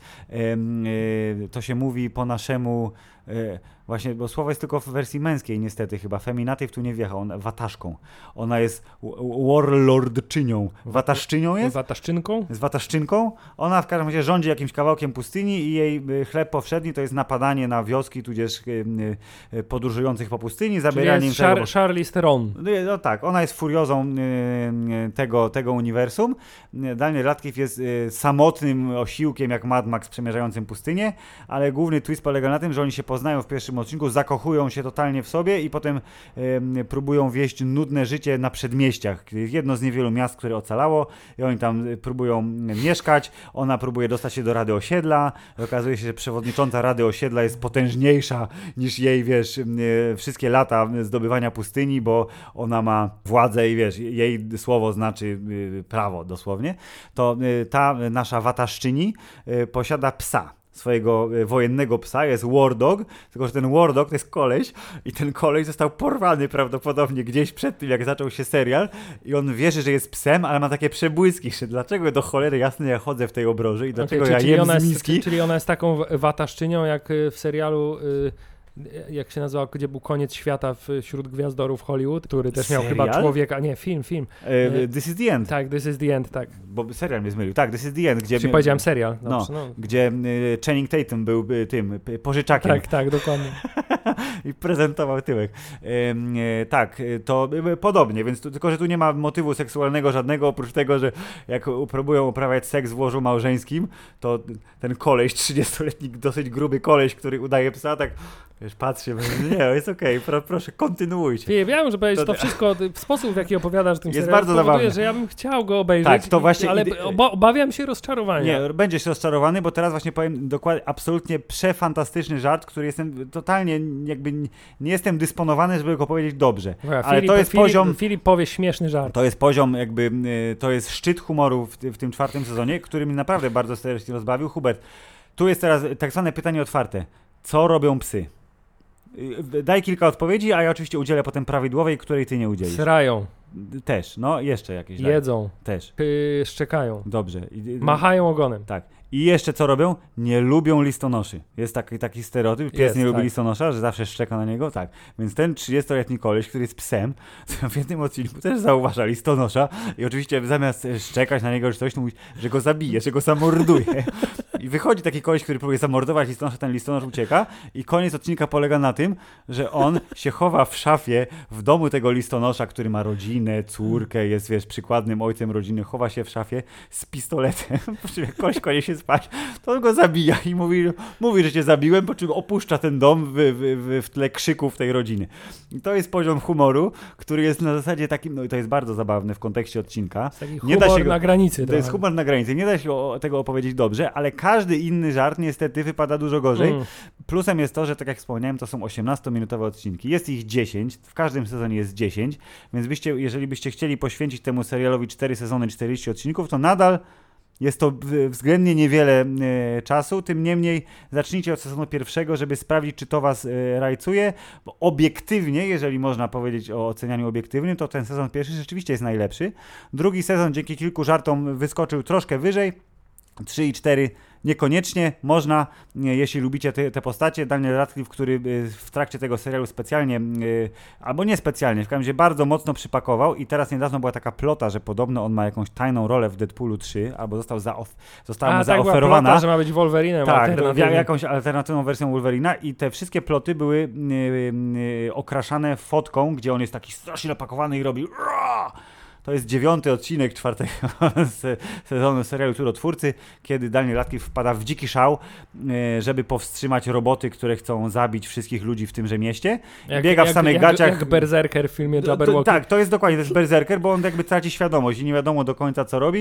to się mówi po naszemu, właśnie, bo słowo jest tylko w wersji męskiej niestety chyba, feminatyw tu nie wjechał, ona wataszką. Ona jest warlordczynią. Wataszczynią jest? Wataszczynką? Z wataszczynką. Ona w każdym razie rządzi jakimś kawałkiem pustyni i jej chleb powszedni to jest napadanie na wioski, tudzież podróżujących po pustyni, zabieranie im tego... Char- Charlize Theron. No tak, ona jest furiozą tego, tego uniwersum. Daniel Radcliffe jest samotnym osiłkiem jak Mad Max przemierzającym pustynię, ale główny twist polega na tym, że oni się poznają w pierwszym odcinku, zakochują się totalnie w sobie i potem e, próbują wieść nudne życie na przedmieściach. Jedno z niewielu miast, które ocalało i oni tam próbują mieszkać. Ona próbuje dostać się do Rady Osiedla. Okazuje się, że przewodnicząca Rady Osiedla jest potężniejsza niż jej, wiesz, e, wszystkie lata zdobywania pustyni, bo ona ma władzę i wiesz, jej słowo znaczy e, prawo dosłownie. To e, ta nasza wataszczyni e, posiada psa. Swojego wojennego psa, jest War Dog, tylko że ten War Dog to jest koleś i ten koleś został porwany prawdopodobnie gdzieś przed tym, jak zaczął się serial i on wierzy, że jest psem, ale ma takie przebłyski, że dlaczego do cholery jasnej ja chodzę w tej obroży i dlaczego okay, ja czyli jem ona z jest, miski. Czyli ona jest taką wataszczynią jak w serialu... Y- jak się nazywa, gdzie był koniec świata wśród gwiazdorów Hollywood, który też miał serial? chyba człowieka, nie, film, film. E, this is the end. Tak, This is the end, tak. Bo serial mnie zmylił. Tak, This is the end. Gdzie Czyli powiedziałem serial. No, no. Gdzie y, Channing Tatum był y, tym, y, pożyczakiem. Tak, tak, dokładnie. I prezentował tyłek. Y, y, tak, to y, podobnie, więc tu, tylko, że tu nie ma motywu seksualnego żadnego, oprócz tego, że jak próbują uprawiać seks w łożu małżeńskim, to ten koleś, trzydziestoletni, dosyć gruby koleś, który udaje psa, tak wiesz, patrzy, nie, jest okej, okay, pro, proszę, kontynuujcie. Wiem, że powiedzieć, to, to wszystko, w sposób, w jaki opowiadasz tym jest serialu, bardzo powoduje, zabawne. że ja bym chciał go obejrzeć, tak, to właśnie ale ide- oba- obawiam się rozczarowania. Nie, będziesz rozczarowany, bo teraz właśnie powiem dokładnie, absolutnie przefantastyczny żart, który jestem totalnie, jakby nie jestem dysponowany, żeby go powiedzieć dobrze. Dobra, ale Filip, to jest Filip, poziom... Filip powie śmieszny żart. To jest poziom jakby, to jest szczyt humoru w, w tym czwartym sezonie, który mnie naprawdę bardzo serdecznie rozbawił. Hubert, tu jest teraz tak zwane pytanie otwarte. Co robią psy? Daj kilka odpowiedzi, a ja oczywiście udzielę potem prawidłowej, której ty nie udzielisz. Srają. Też, no jeszcze jakieś. Jedzą. Daj. Też. Yy, szczekają. Dobrze. Machają ogonem. Tak. I jeszcze co robią? Nie lubią listonoszy. Jest taki, taki stereotyp, pies jest, nie lubi tak. listonosza, że zawsze szczeka na niego, tak. Więc ten trzydziestoletni koleś, który jest psem, w jednym odcinku też zauważa listonosza i oczywiście zamiast szczekać na niego czy coś, to mówi, że go zabije, że go zamorduje. I wychodzi taki koleś, który próbuje zamordować listonosza, ten listonosz ucieka i koniec odcinka polega na tym, że on się chowa w szafie w domu tego listonosza, który ma rodzinę, córkę, jest, wiesz, przykładnym ojcem rodziny, chowa się w szafie z pistoletem, po czym jak koleś konie się spać, to on go zabija i mówi, mówi, że cię zabiłem, po czym opuszcza ten dom w, w, w, w tle krzyków tej rodziny. I to jest poziom humoru, który jest na zasadzie takim, no i to jest bardzo zabawne w kontekście odcinka. Taki nie da się go, na granicy. To trochę. jest humor na granicy, nie da się o, tego opowiedzieć dobrze, ale każdy inny żart niestety wypada dużo gorzej. Mm. Plusem jest to, że tak jak wspomniałem, to są osiemnastominutowe odcinki. Jest ich dziesięć, w każdym sezonie jest dziesięć, więc byście, jeżeli byście chcieli poświęcić temu serialowi cztery sezony, czterdzieści odcinków, to nadal jest to względnie niewiele e, czasu, tym niemniej zacznijcie od sezonu pierwszego, żeby sprawdzić, czy to was e, rajcuje, bo obiektywnie, jeżeli można powiedzieć o ocenianiu obiektywnym, to ten sezon pierwszy rzeczywiście jest najlepszy. Drugi sezon dzięki kilku żartom wyskoczył troszkę wyżej, trzy i cztery niekoniecznie, można, jeśli lubicie te, te postacie. Daniel Radcliffe, który w trakcie tego serialu specjalnie, albo nie specjalnie, w każdym razie bardzo mocno przypakował i teraz niedawno była taka plota, że podobno on ma jakąś tajną rolę w Deadpoolu trzy, albo został zaof- została A, mu tak, zaoferowana. Plota, że ma być Wolverinem. Tak, jakąś alternatywną wersją Wolverina i te wszystkie ploty były yy, yy, okraszane fotką, gdzie on jest taki strasznie napakowany i robi Raa! To jest dziewiąty odcinek czwartego sezonu serialu Cudotwórcy, kiedy Daniel Radcliffe wpada w dziki szał, żeby powstrzymać roboty, które chcą zabić wszystkich ludzi w tymże mieście. Jak, biega jak, w samych jak, gaciach. Jak Berserker w filmie Jabberwocky. Tak, to jest dokładnie, to jest Berserker, bo on jakby traci świadomość i nie wiadomo do końca, co robi,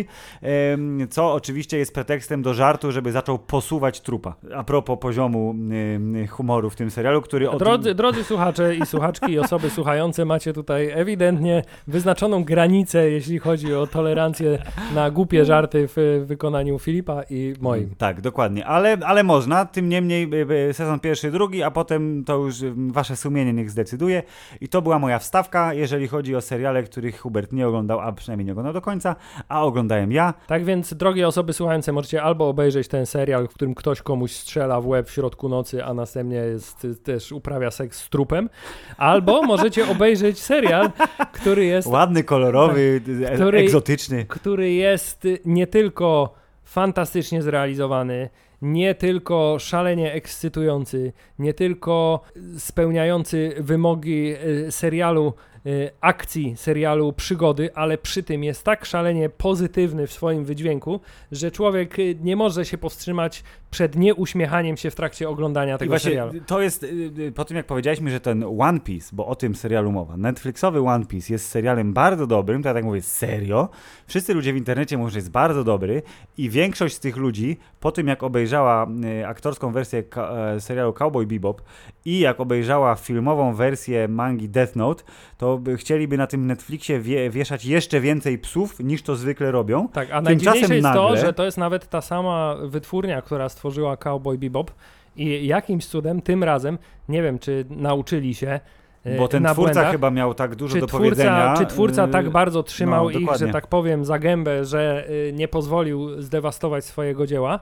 co oczywiście jest pretekstem do żartu, żeby zaczął posuwać trupa. A propos poziomu humoru w tym serialu, który... Drodzy, tym... drodzy słuchacze i słuchaczki i osoby słuchające, macie tutaj ewidentnie wyznaczoną granicę, jeśli chodzi o tolerancję na głupie żarty w wykonaniu Filipa i moim. Tak, dokładnie, ale, ale można, tym niemniej sezon pierwszy, drugi, a potem to już wasze sumienie niech zdecyduje i to była moja wstawka, jeżeli chodzi o seriale, których Hubert nie oglądał, a przynajmniej nie oglądał do końca, a oglądałem ja. Tak więc, drogie osoby słuchające, możecie albo obejrzeć ten serial, w którym ktoś komuś strzela w łeb w środku nocy, a następnie jest, też uprawia seks z trupem, albo możecie obejrzeć serial, który jest... Ładny, kolorowy, Który, egzotyczny. Który jest nie tylko fantastycznie zrealizowany, nie tylko szalenie ekscytujący, nie tylko spełniający wymogi serialu akcji, serialu przygody, ale przy tym jest tak szalenie pozytywny w swoim wydźwięku, że człowiek nie może się powstrzymać przed nieuśmiechaniem się w trakcie oglądania tego I właśnie serialu. To jest, po tym jak powiedziałeś mi, że ten One Piece, bo o tym serialu mowa, Netflixowy One Piece jest serialem bardzo dobrym, to ja tak mówię, serio? Wszyscy ludzie w internecie mówią, że jest bardzo dobry i większość z tych ludzi, po tym jak obejrzała aktorską wersję ka- serialu Cowboy Bebop i jak obejrzała filmową wersję mangi Death Note, to by chcieliby na tym Netflixie wie- wieszać jeszcze więcej psów, niż to zwykle robią. Tak, a najdziwniejsze jest nagle... to, że to jest nawet ta sama wytwórnia, która stworzyła Cowboy Bebop i jakimś cudem tym razem, nie wiem, czy nauczyli się Bo ten na twórca błędach, chyba miał tak dużo czy do twórca, powiedzenia. Czy twórca tak bardzo trzymał no, ich, dokładnie. że tak powiem, za gębę, że nie pozwolił zdewastować swojego dzieła,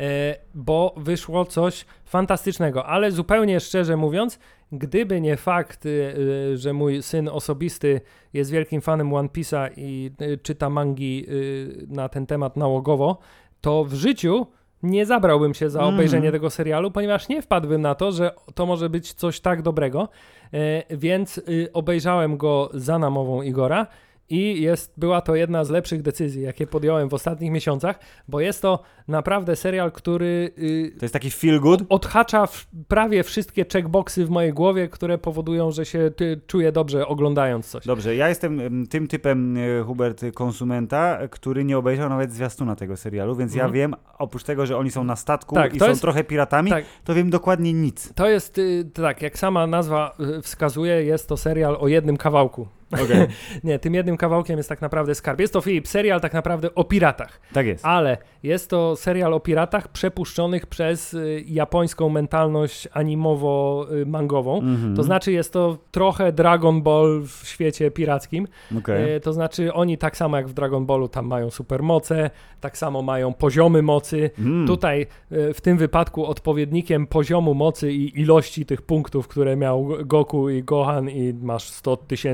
bo wyszło coś fantastycznego, ale zupełnie szczerze mówiąc, gdyby nie fakt, że mój syn osobisty jest wielkim fanem One Piece'a i czyta mangi na ten temat nałogowo, to w życiu nie zabrałbym się za obejrzenie mm. tego serialu, ponieważ nie wpadłbym na to, że to może być coś tak dobrego, więc obejrzałem go za namową Igora i jest, była to jedna z lepszych decyzji, jakie podjąłem w ostatnich miesiącach, bo jest to naprawdę serial, który... Yy, to jest taki feel good? Odhacza w, prawie wszystkie checkboxy w mojej głowie, które powodują, że się ty, czuję dobrze oglądając coś. Dobrze, ja jestem tym typem, Hubert, konsumenta, który nie obejrzał nawet zwiastuna tego serialu, więc mm. ja wiem, oprócz tego, że oni są na statku tak, i są jest, trochę piratami, tak. to wiem dokładnie nic. To jest, yy, tak, jak sama nazwa yy, wskazuje, jest to serial o jednym kawałku. Okay. Nie, tym jednym kawałkiem jest tak naprawdę skarb. Jest to, Filip, serial tak naprawdę o piratach. Tak jest. Ale jest to serial o piratach przepuszczonych przez y, japońską mentalność animowo-mangową. Mm-hmm. To znaczy jest to trochę Dragon Ball w świecie pirackim. Okay. Y, to znaczy oni tak samo jak w Dragon Ballu tam mają supermoce, tak samo mają poziomy mocy. Mm. Tutaj y, w tym wypadku odpowiednikiem poziomu mocy i ilości tych punktów, które miał Goku i Gohan i masz sto tysięcy milionów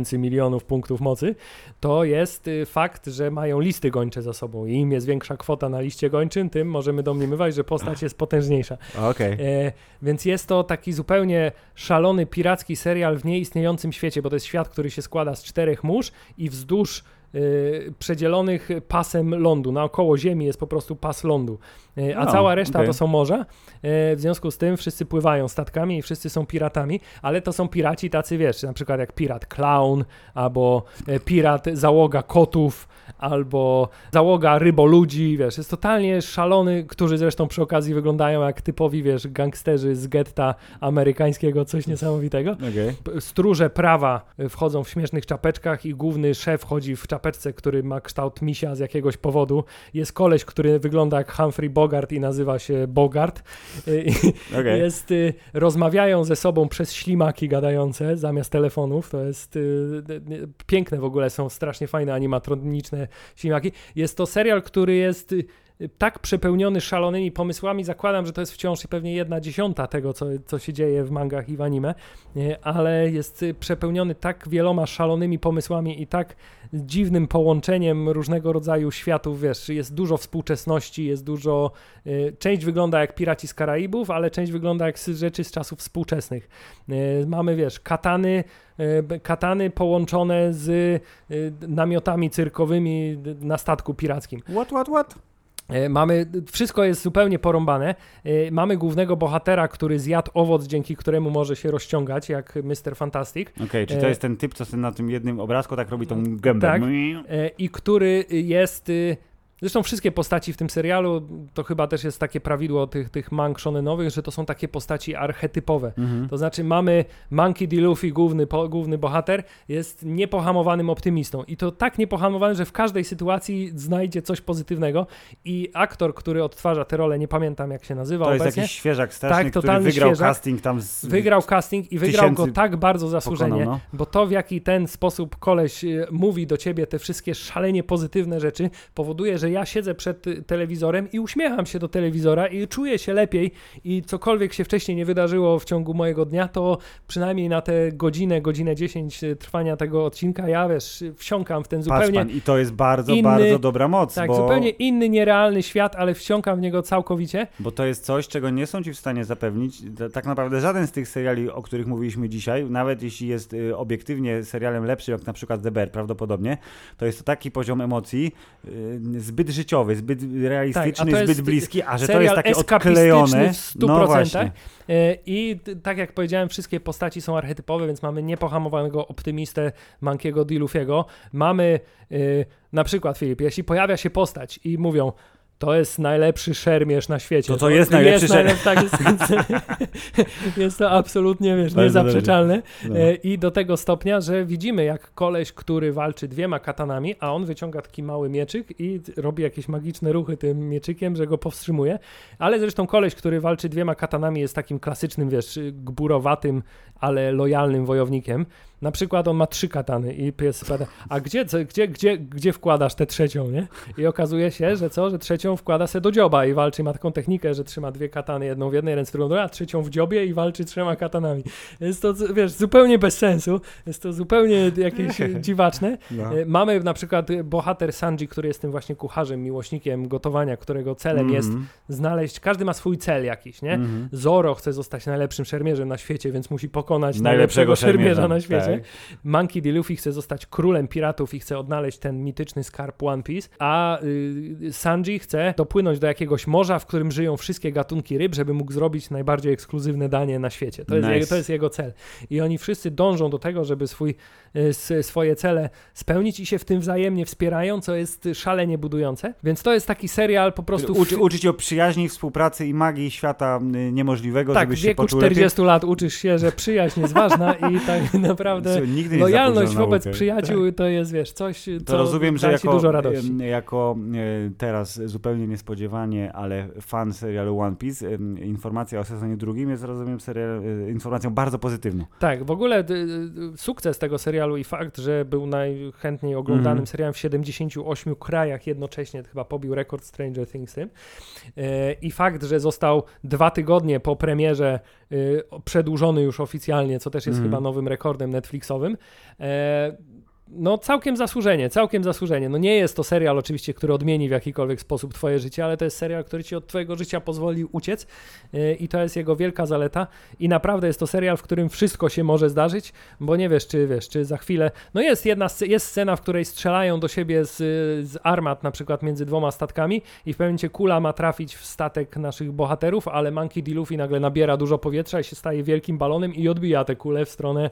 milionów punktów mocy, to jest fakt, że mają listy gończe za sobą i im jest większa kwota na liście gończym, tym możemy domniemywać, że postać jest potężniejsza. Okay. E, więc jest to taki zupełnie szalony, piracki serial w nieistniejącym świecie, bo to jest świat, który się składa z czterech mórz i wzdłuż y, przedzielonych pasem lądu. Naokoło Ziemi jest po prostu pas lądu, y, a no, cała reszta okay. to są morza. Y, w związku z tym wszyscy pływają statkami i wszyscy są piratami, ale to są piraci tacy, wiesz, na przykład jak pirat clown, albo y, pirat załoga kotów, albo załoga ryboludzi, wiesz, jest totalnie szalony, którzy zresztą przy okazji wyglądają jak typowi, wiesz, gangsterzy z getta amerykańskiego, coś niesamowitego. Okay. Stróże prawa wchodzą w śmiesznych czapeczkach i główny szef chodzi w czapeczce, który ma kształt misia z jakiegoś powodu. Jest koleś, który wygląda jak Humphrey Bogart i nazywa się Bogart. Okay. Jest, rozmawiają ze sobą przez ślimaki gadające zamiast telefonów. To jest piękne w ogóle, są strasznie fajne animatroniczne ślimaki. Jest to serial, który jest tak przepełniony szalonymi pomysłami, zakładam, że to jest wciąż pewnie jedna dziesiąta tego, co, co się dzieje w mangach i w anime, ale jest przepełniony tak wieloma szalonymi pomysłami i tak dziwnym połączeniem różnego rodzaju światów, wiesz, jest dużo współczesności, jest dużo, część wygląda jak Piraci z Karaibów, ale część wygląda jak rzeczy z czasów współczesnych. Mamy, wiesz, katany, katany połączone z namiotami cyrkowymi na statku pirackim. What, what, what? Mamy, wszystko jest zupełnie porąbane. Mamy głównego bohatera, który zjadł owoc, dzięki któremu może się rozciągać, jak mister Fantastic. Okej, okay, czy to jest ten typ, co na tym jednym obrazku tak robi tą gębę? Tak, i który jest... Zresztą wszystkie postaci w tym serialu, to chyba też jest takie prawidło tych, tych mang shonenowych, że to są takie postaci archetypowe. Mhm. To znaczy mamy Monkey D. Luffy, główny, po, główny bohater, jest niepohamowanym optymistą. I to tak niepohamowany, że w każdej sytuacji znajdzie coś pozytywnego. I aktor, który odtwarza tę rolę, nie pamiętam jak się nazywa to obecnie. To jest jakiś świeżak straszny, tak, który wygrał świeżak, casting tam z... Wygrał casting i wygrał go tak bardzo zasłużenie, pokonał, no. Bo to w jaki ten sposób koleś mówi do ciebie te wszystkie szalenie pozytywne rzeczy, powoduje, że ja siedzę przed telewizorem i uśmiecham się do telewizora i czuję się lepiej i cokolwiek się wcześniej nie wydarzyło w ciągu mojego dnia, to przynajmniej na tę godzinę, godzinę dziesięć trwania tego odcinka ja, wiesz, wsiąkam w ten zupełnie Patrz pan, i to jest bardzo, inny, bardzo dobra moc. Tak, bo... zupełnie inny, nierealny świat, ale wsiąkam w niego całkowicie. Bo to jest coś, czego nie są ci w stanie zapewnić. Tak naprawdę żaden z tych seriali, o których mówiliśmy dzisiaj, nawet jeśli jest y, obiektywnie serialem lepszy, jak na przykład The Bear prawdopodobnie, to jest to taki poziom emocji y, zbyt życiowy, zbyt realistyczny, tak, zbyt bliski, a że to jest takie odklejone. W stu procentach. No I tak jak powiedziałem, wszystkie postaci są archetypowe, więc mamy niepohamowanego optymistę Monkeego D. Luffy'ego. Mamy y, na przykład, Filip, jeśli pojawia się postać i mówią, to jest najlepszy szermierz na świecie. To to jest to najlepszy szermierz. Tak, jest, jest to absolutnie, wiesz, niezaprzeczalne. No. I do tego stopnia, że widzimy, jak koleś, który walczy dwiema katanami, a on wyciąga taki mały mieczyk i robi jakieś magiczne ruchy tym mieczykiem, że go powstrzymuje. Ale zresztą koleś, który walczy dwiema katanami, jest takim klasycznym, wiesz, gburowatym, ale lojalnym wojownikiem. Na przykład on ma trzy katany i pies pyta, a gdzie, co, gdzie, gdzie, gdzie wkładasz tę trzecią, nie? I okazuje się, że co, że trzecią wkłada se do dzioba i walczy, ma taką technikę, że trzyma dwie katany, jedną w jednej ręce, drugą, a trzecią w dziobie i walczy trzema katanami. Jest to, wiesz, zupełnie bez sensu, jest to zupełnie jakieś dziwaczne. No. Mamy na przykład bohater Sanji, który jest tym właśnie kucharzem, miłośnikiem gotowania, którego celem mm-hmm. jest znaleźć, każdy ma swój cel jakiś, nie? Mm-hmm. Zoro chce zostać najlepszym szermierzem na świecie, więc musi pokonać najlepszego, najlepszego szermierza na świecie. Tak. Monkey D. Luffy chce zostać królem piratów i chce odnaleźć ten mityczny skarb One Piece, a y, Sanji chce dopłynąć do jakiegoś morza, w którym żyją wszystkie gatunki ryb, żeby mógł zrobić najbardziej ekskluzywne danie na świecie. To, nice. jest, jego, to jest jego cel. I oni wszyscy dążą do tego, żeby swój, y, swoje cele spełnić i się w tym wzajemnie wspierają, co jest szalenie budujące. Więc to jest taki serial po prostu... Uczy, uczyć o przyjaźni, współpracy i magii świata y, niemożliwego, tak, żebyś się poczuł lepiej. Tak, w wieku czterdziestu lat uczysz się, że przyjaźń jest ważna i tak naprawdę Nigdy nie lojalność wobec przyjaciół tak. to jest, wiesz, coś, co to rozumiem, że jako, dużo radości. Jako teraz zupełnie niespodziewanie, ale fan serialu One Piece, informacja o sezonie drugim jest, rozumiem, serial, informacją bardzo pozytywną. Tak, w ogóle sukces tego serialu i fakt, że był najchętniej oglądanym mm. serialem w siedemdziesięciu ośmiu krajach jednocześnie, chyba pobił rekord Stranger Things tym. I fakt, że został dwa tygodnie po premierze przedłużony już oficjalnie, co też jest mm. chyba nowym rekordem Netflixowym. no całkiem zasłużenie, całkiem zasłużenie. No nie jest to serial oczywiście, który odmieni w jakikolwiek sposób twoje życie, ale to jest serial, który ci od twojego życia pozwoli uciec yy, i to jest jego wielka zaleta i naprawdę jest to serial, w którym wszystko się może zdarzyć, bo nie wiesz, czy wiesz, czy za chwilę, no jest jedna, jest scena, w której strzelają do siebie z, z armat, na przykład między dwoma statkami i w pewnym momencie kula ma trafić w statek naszych bohaterów, ale Monkey D. Luffy nagle nabiera dużo powietrza i się staje wielkim balonem i odbija tę kulę w stronę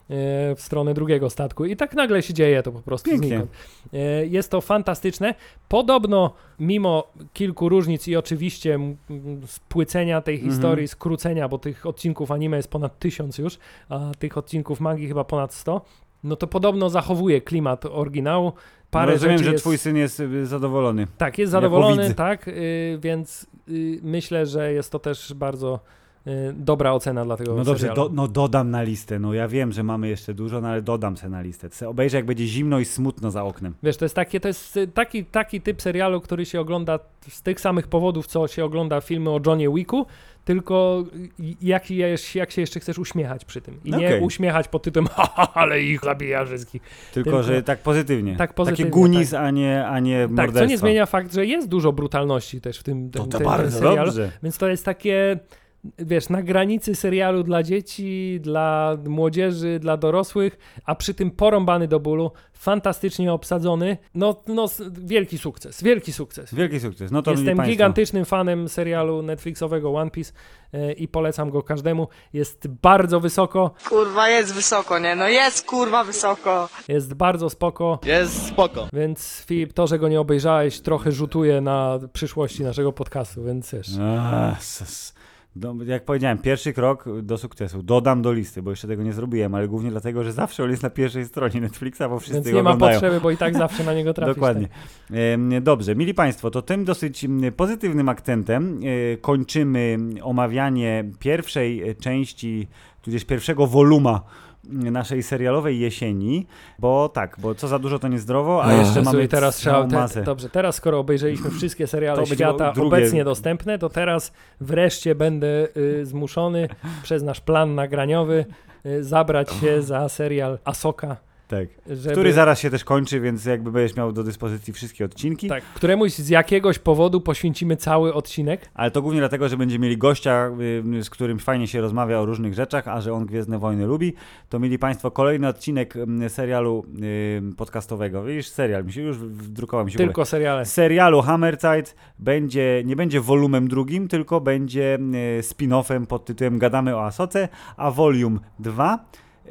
w stronę drugiego statku i tak nagle się dzieje to po prostu Pięknie. znikąd. Jest to fantastyczne. Podobno mimo kilku różnic i oczywiście m, spłycenia tej Mhm. historii, skrócenia, bo tych odcinków anime jest ponad tysiąc już, a tych odcinków mangi chyba ponad sto, no to podobno zachowuje klimat oryginału. Parę No rozumiem, rzeczy że jest... twój syn jest y, zadowolony. Tak, jest jako zadowolony, widz. tak, y, więc y, myślę, że jest to też bardzo y, dobra ocena dla tego No dobrze, serialu. do, no dodam na listę. No ja wiem, że mamy jeszcze dużo, no ale dodam se na listę. Se obejrzę, jak będzie zimno i smutno za oknem. Wiesz, to jest, takie, to jest y, taki, taki typ serialu, który się ogląda z tych samych powodów, co się ogląda filmy o Johnie Wicku, tylko y, jak, jak, jak się jeszcze chcesz uśmiechać przy tym. I No nie okej. uśmiechać pod tytułem haha, ale ich zabija wszystkich. Tylko, Tylko- że tak pozytywnie. tak pozytywnie, Taki gunis, a nie, a nie Tak, morderstwo. co nie zmienia fakt, że jest dużo brutalności też w tym, To, tym, to tym bardzo serialu. dobrze. Więc to jest takie, wiesz, na granicy serialu dla dzieci, dla młodzieży, dla dorosłych, a przy tym porąbany do bólu, fantastycznie obsadzony. No, no s- wielki sukces, wielki sukces. Wielki sukces. No to Jestem mili państwo, gigantycznym fanem serialu Netflixowego One Piece e, i polecam go każdemu. Jest bardzo wysoko, Kurwa, jest wysoko, nie? No jest kurwa wysoko. jest bardzo spoko, Jest spoko. więc Filip, to, że go nie obejrzałeś, trochę rzutuje na przyszłości naszego podcastu, więc wiesz. Ach, s- s- no, jak powiedziałem, pierwszy krok do sukcesu. Dodam do listy, bo jeszcze tego nie zrobiłem, ale głównie dlatego, że zawsze on jest na pierwszej stronie Netflixa, bo wszyscy Więc go nie ma oglądają. potrzeby, bo i tak zawsze na niego trafisz. Dokładnie. Em, Dobrze, mili Państwo, to tym dosyć m, pozytywnym akcentem e, kończymy omawianie pierwszej e, części, tudzież pierwszego woluma m, naszej serialowej jesieni, bo tak, bo co za dużo to niezdrowo, a Ech, jeszcze mamy Jezu, teraz trzeba, całą te, masę. dobrze, teraz skoro obejrzeliśmy wszystkie seriale To będzie świata drugie- obecnie dostępne, to teraz wreszcie będę y, zmuszony przez nasz plan nagraniowy y, zabrać się za serial Ahsoka, Tak. żeby, Który zaraz się też kończy, więc jakby będziesz miał do dyspozycji wszystkie odcinki. tak, któremuś z jakiegoś powodu poświęcimy cały odcinek. Ale to głównie dlatego, że będziemy mieli gościa, y, z którym fajnie się rozmawia o różnych rzeczach, a że on Gwiezdne Wojny lubi, to mieli Państwo kolejny odcinek y, serialu y, podcastowego. Widzisz, serial, mi się już wdrukował mi się w Tylko seriale. Z serialu Hammerzeit będzie, nie będzie wolumem drugim, tylko będzie y, spin-offem pod tytułem Gadamy o Asoce, a volume dwa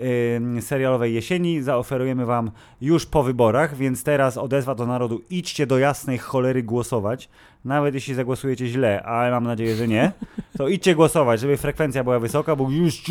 y, serialowej jesieni zaoferujemy Wam już po wyborach, więc teraz odezwa do narodu, idźcie do jasnej cholery głosować, nawet jeśli zagłosujecie źle, ale mam nadzieję, że nie, to idźcie głosować, żeby frekwencja była wysoka, bo już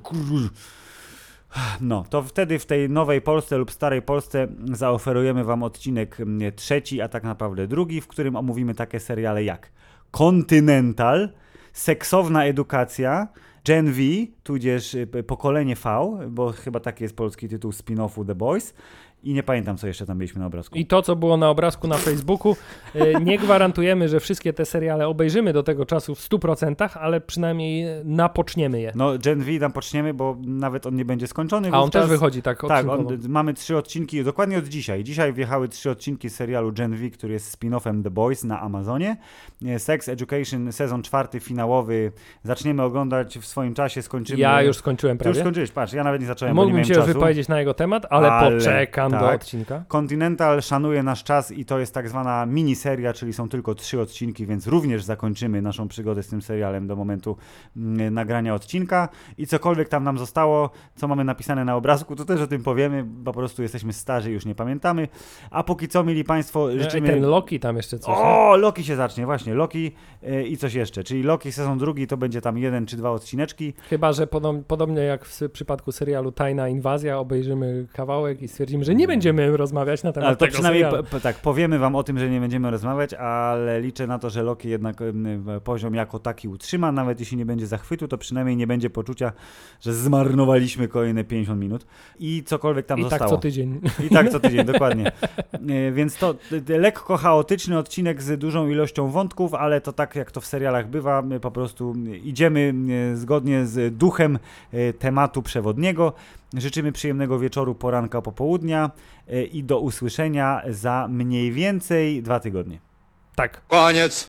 no, to wtedy w tej nowej Polsce lub starej Polsce zaoferujemy Wam odcinek mm, trzeci, a tak naprawdę drugi, w którym omówimy takie seriale jak Continental, Seksowna Edukacja, Gen V, tudzież y, Pokolenie V, bo chyba taki jest polski tytuł spin-offu The Boys i nie pamiętam, co jeszcze tam mieliśmy na obrazku. I to, co było na obrazku na Facebooku, y, nie gwarantujemy, że wszystkie te seriale obejrzymy do tego czasu w stu procentach, ale przynajmniej napoczniemy je. No, Gen V tam poczniemy, bo nawet on nie będzie skończony. A on wówczas. też wychodzi tak Tak, odcinkowo. on, mamy trzy odcinki, dokładnie od dzisiaj. Dzisiaj wjechały trzy odcinki serialu Gen V, który jest spin-offem The Boys na Amazonie. Sex Education, sezon czwarty, finałowy. Zaczniemy oglądać w swoim czasie, skończymy. Ja już skończyłem Ty już prawie. skończyłeś, patrz, ja nawet nie zacząłem, bo nie Mógłbym miałem się już czasu. wypowiedzieć na jego temat, ale, Ale, poczekam do tak. odcinka. Continental szanuje nasz czas i to jest tak zwana miniseria, czyli są tylko trzy odcinki, więc również zakończymy naszą przygodę z tym serialem do momentu mm, nagrania odcinka i cokolwiek tam nam zostało, co mamy napisane na obrazku, to też o tym powiemy, bo po prostu jesteśmy starzy i już nie pamiętamy. A póki co, mieli Państwo, życzymy... Ten Loki tam jeszcze coś. nie? O, Loki się zacznie, właśnie, Loki yy, i coś jeszcze, czyli Loki sezon drugi to będzie tam jeden czy dwa odcineczki. Chyba, że podob, podobnie jak w s- przypadku serialu Tajna Inwazja, obejrzymy kawałek i stwierdzimy, że nie będziemy rozmawiać na temat Ale to tego przynajmniej serialu. p- p- tak, powiemy Wam o tym, że nie będziemy rozmawiać, ale liczę na to, że Loki jednak ym, poziom jako taki utrzyma, nawet jeśli nie będzie zachwytu, to przynajmniej nie będzie poczucia, że zmarnowaliśmy kolejne pięćdziesiąt minut i cokolwiek tam I zostało. tak co tydzień. I tak co tydzień, dokładnie. E, Więc to t- t- lekko chaotyczny odcinek z dużą ilością wątków, ale to tak jak to w serialach bywa, my po prostu idziemy e, zgodnie z duchem e, tematu przewodniego. Życzymy przyjemnego wieczoru, poranka, popołudnia. Marka i do usłyszenia za mniej więcej dwa tygodnie. Tak. Koniec.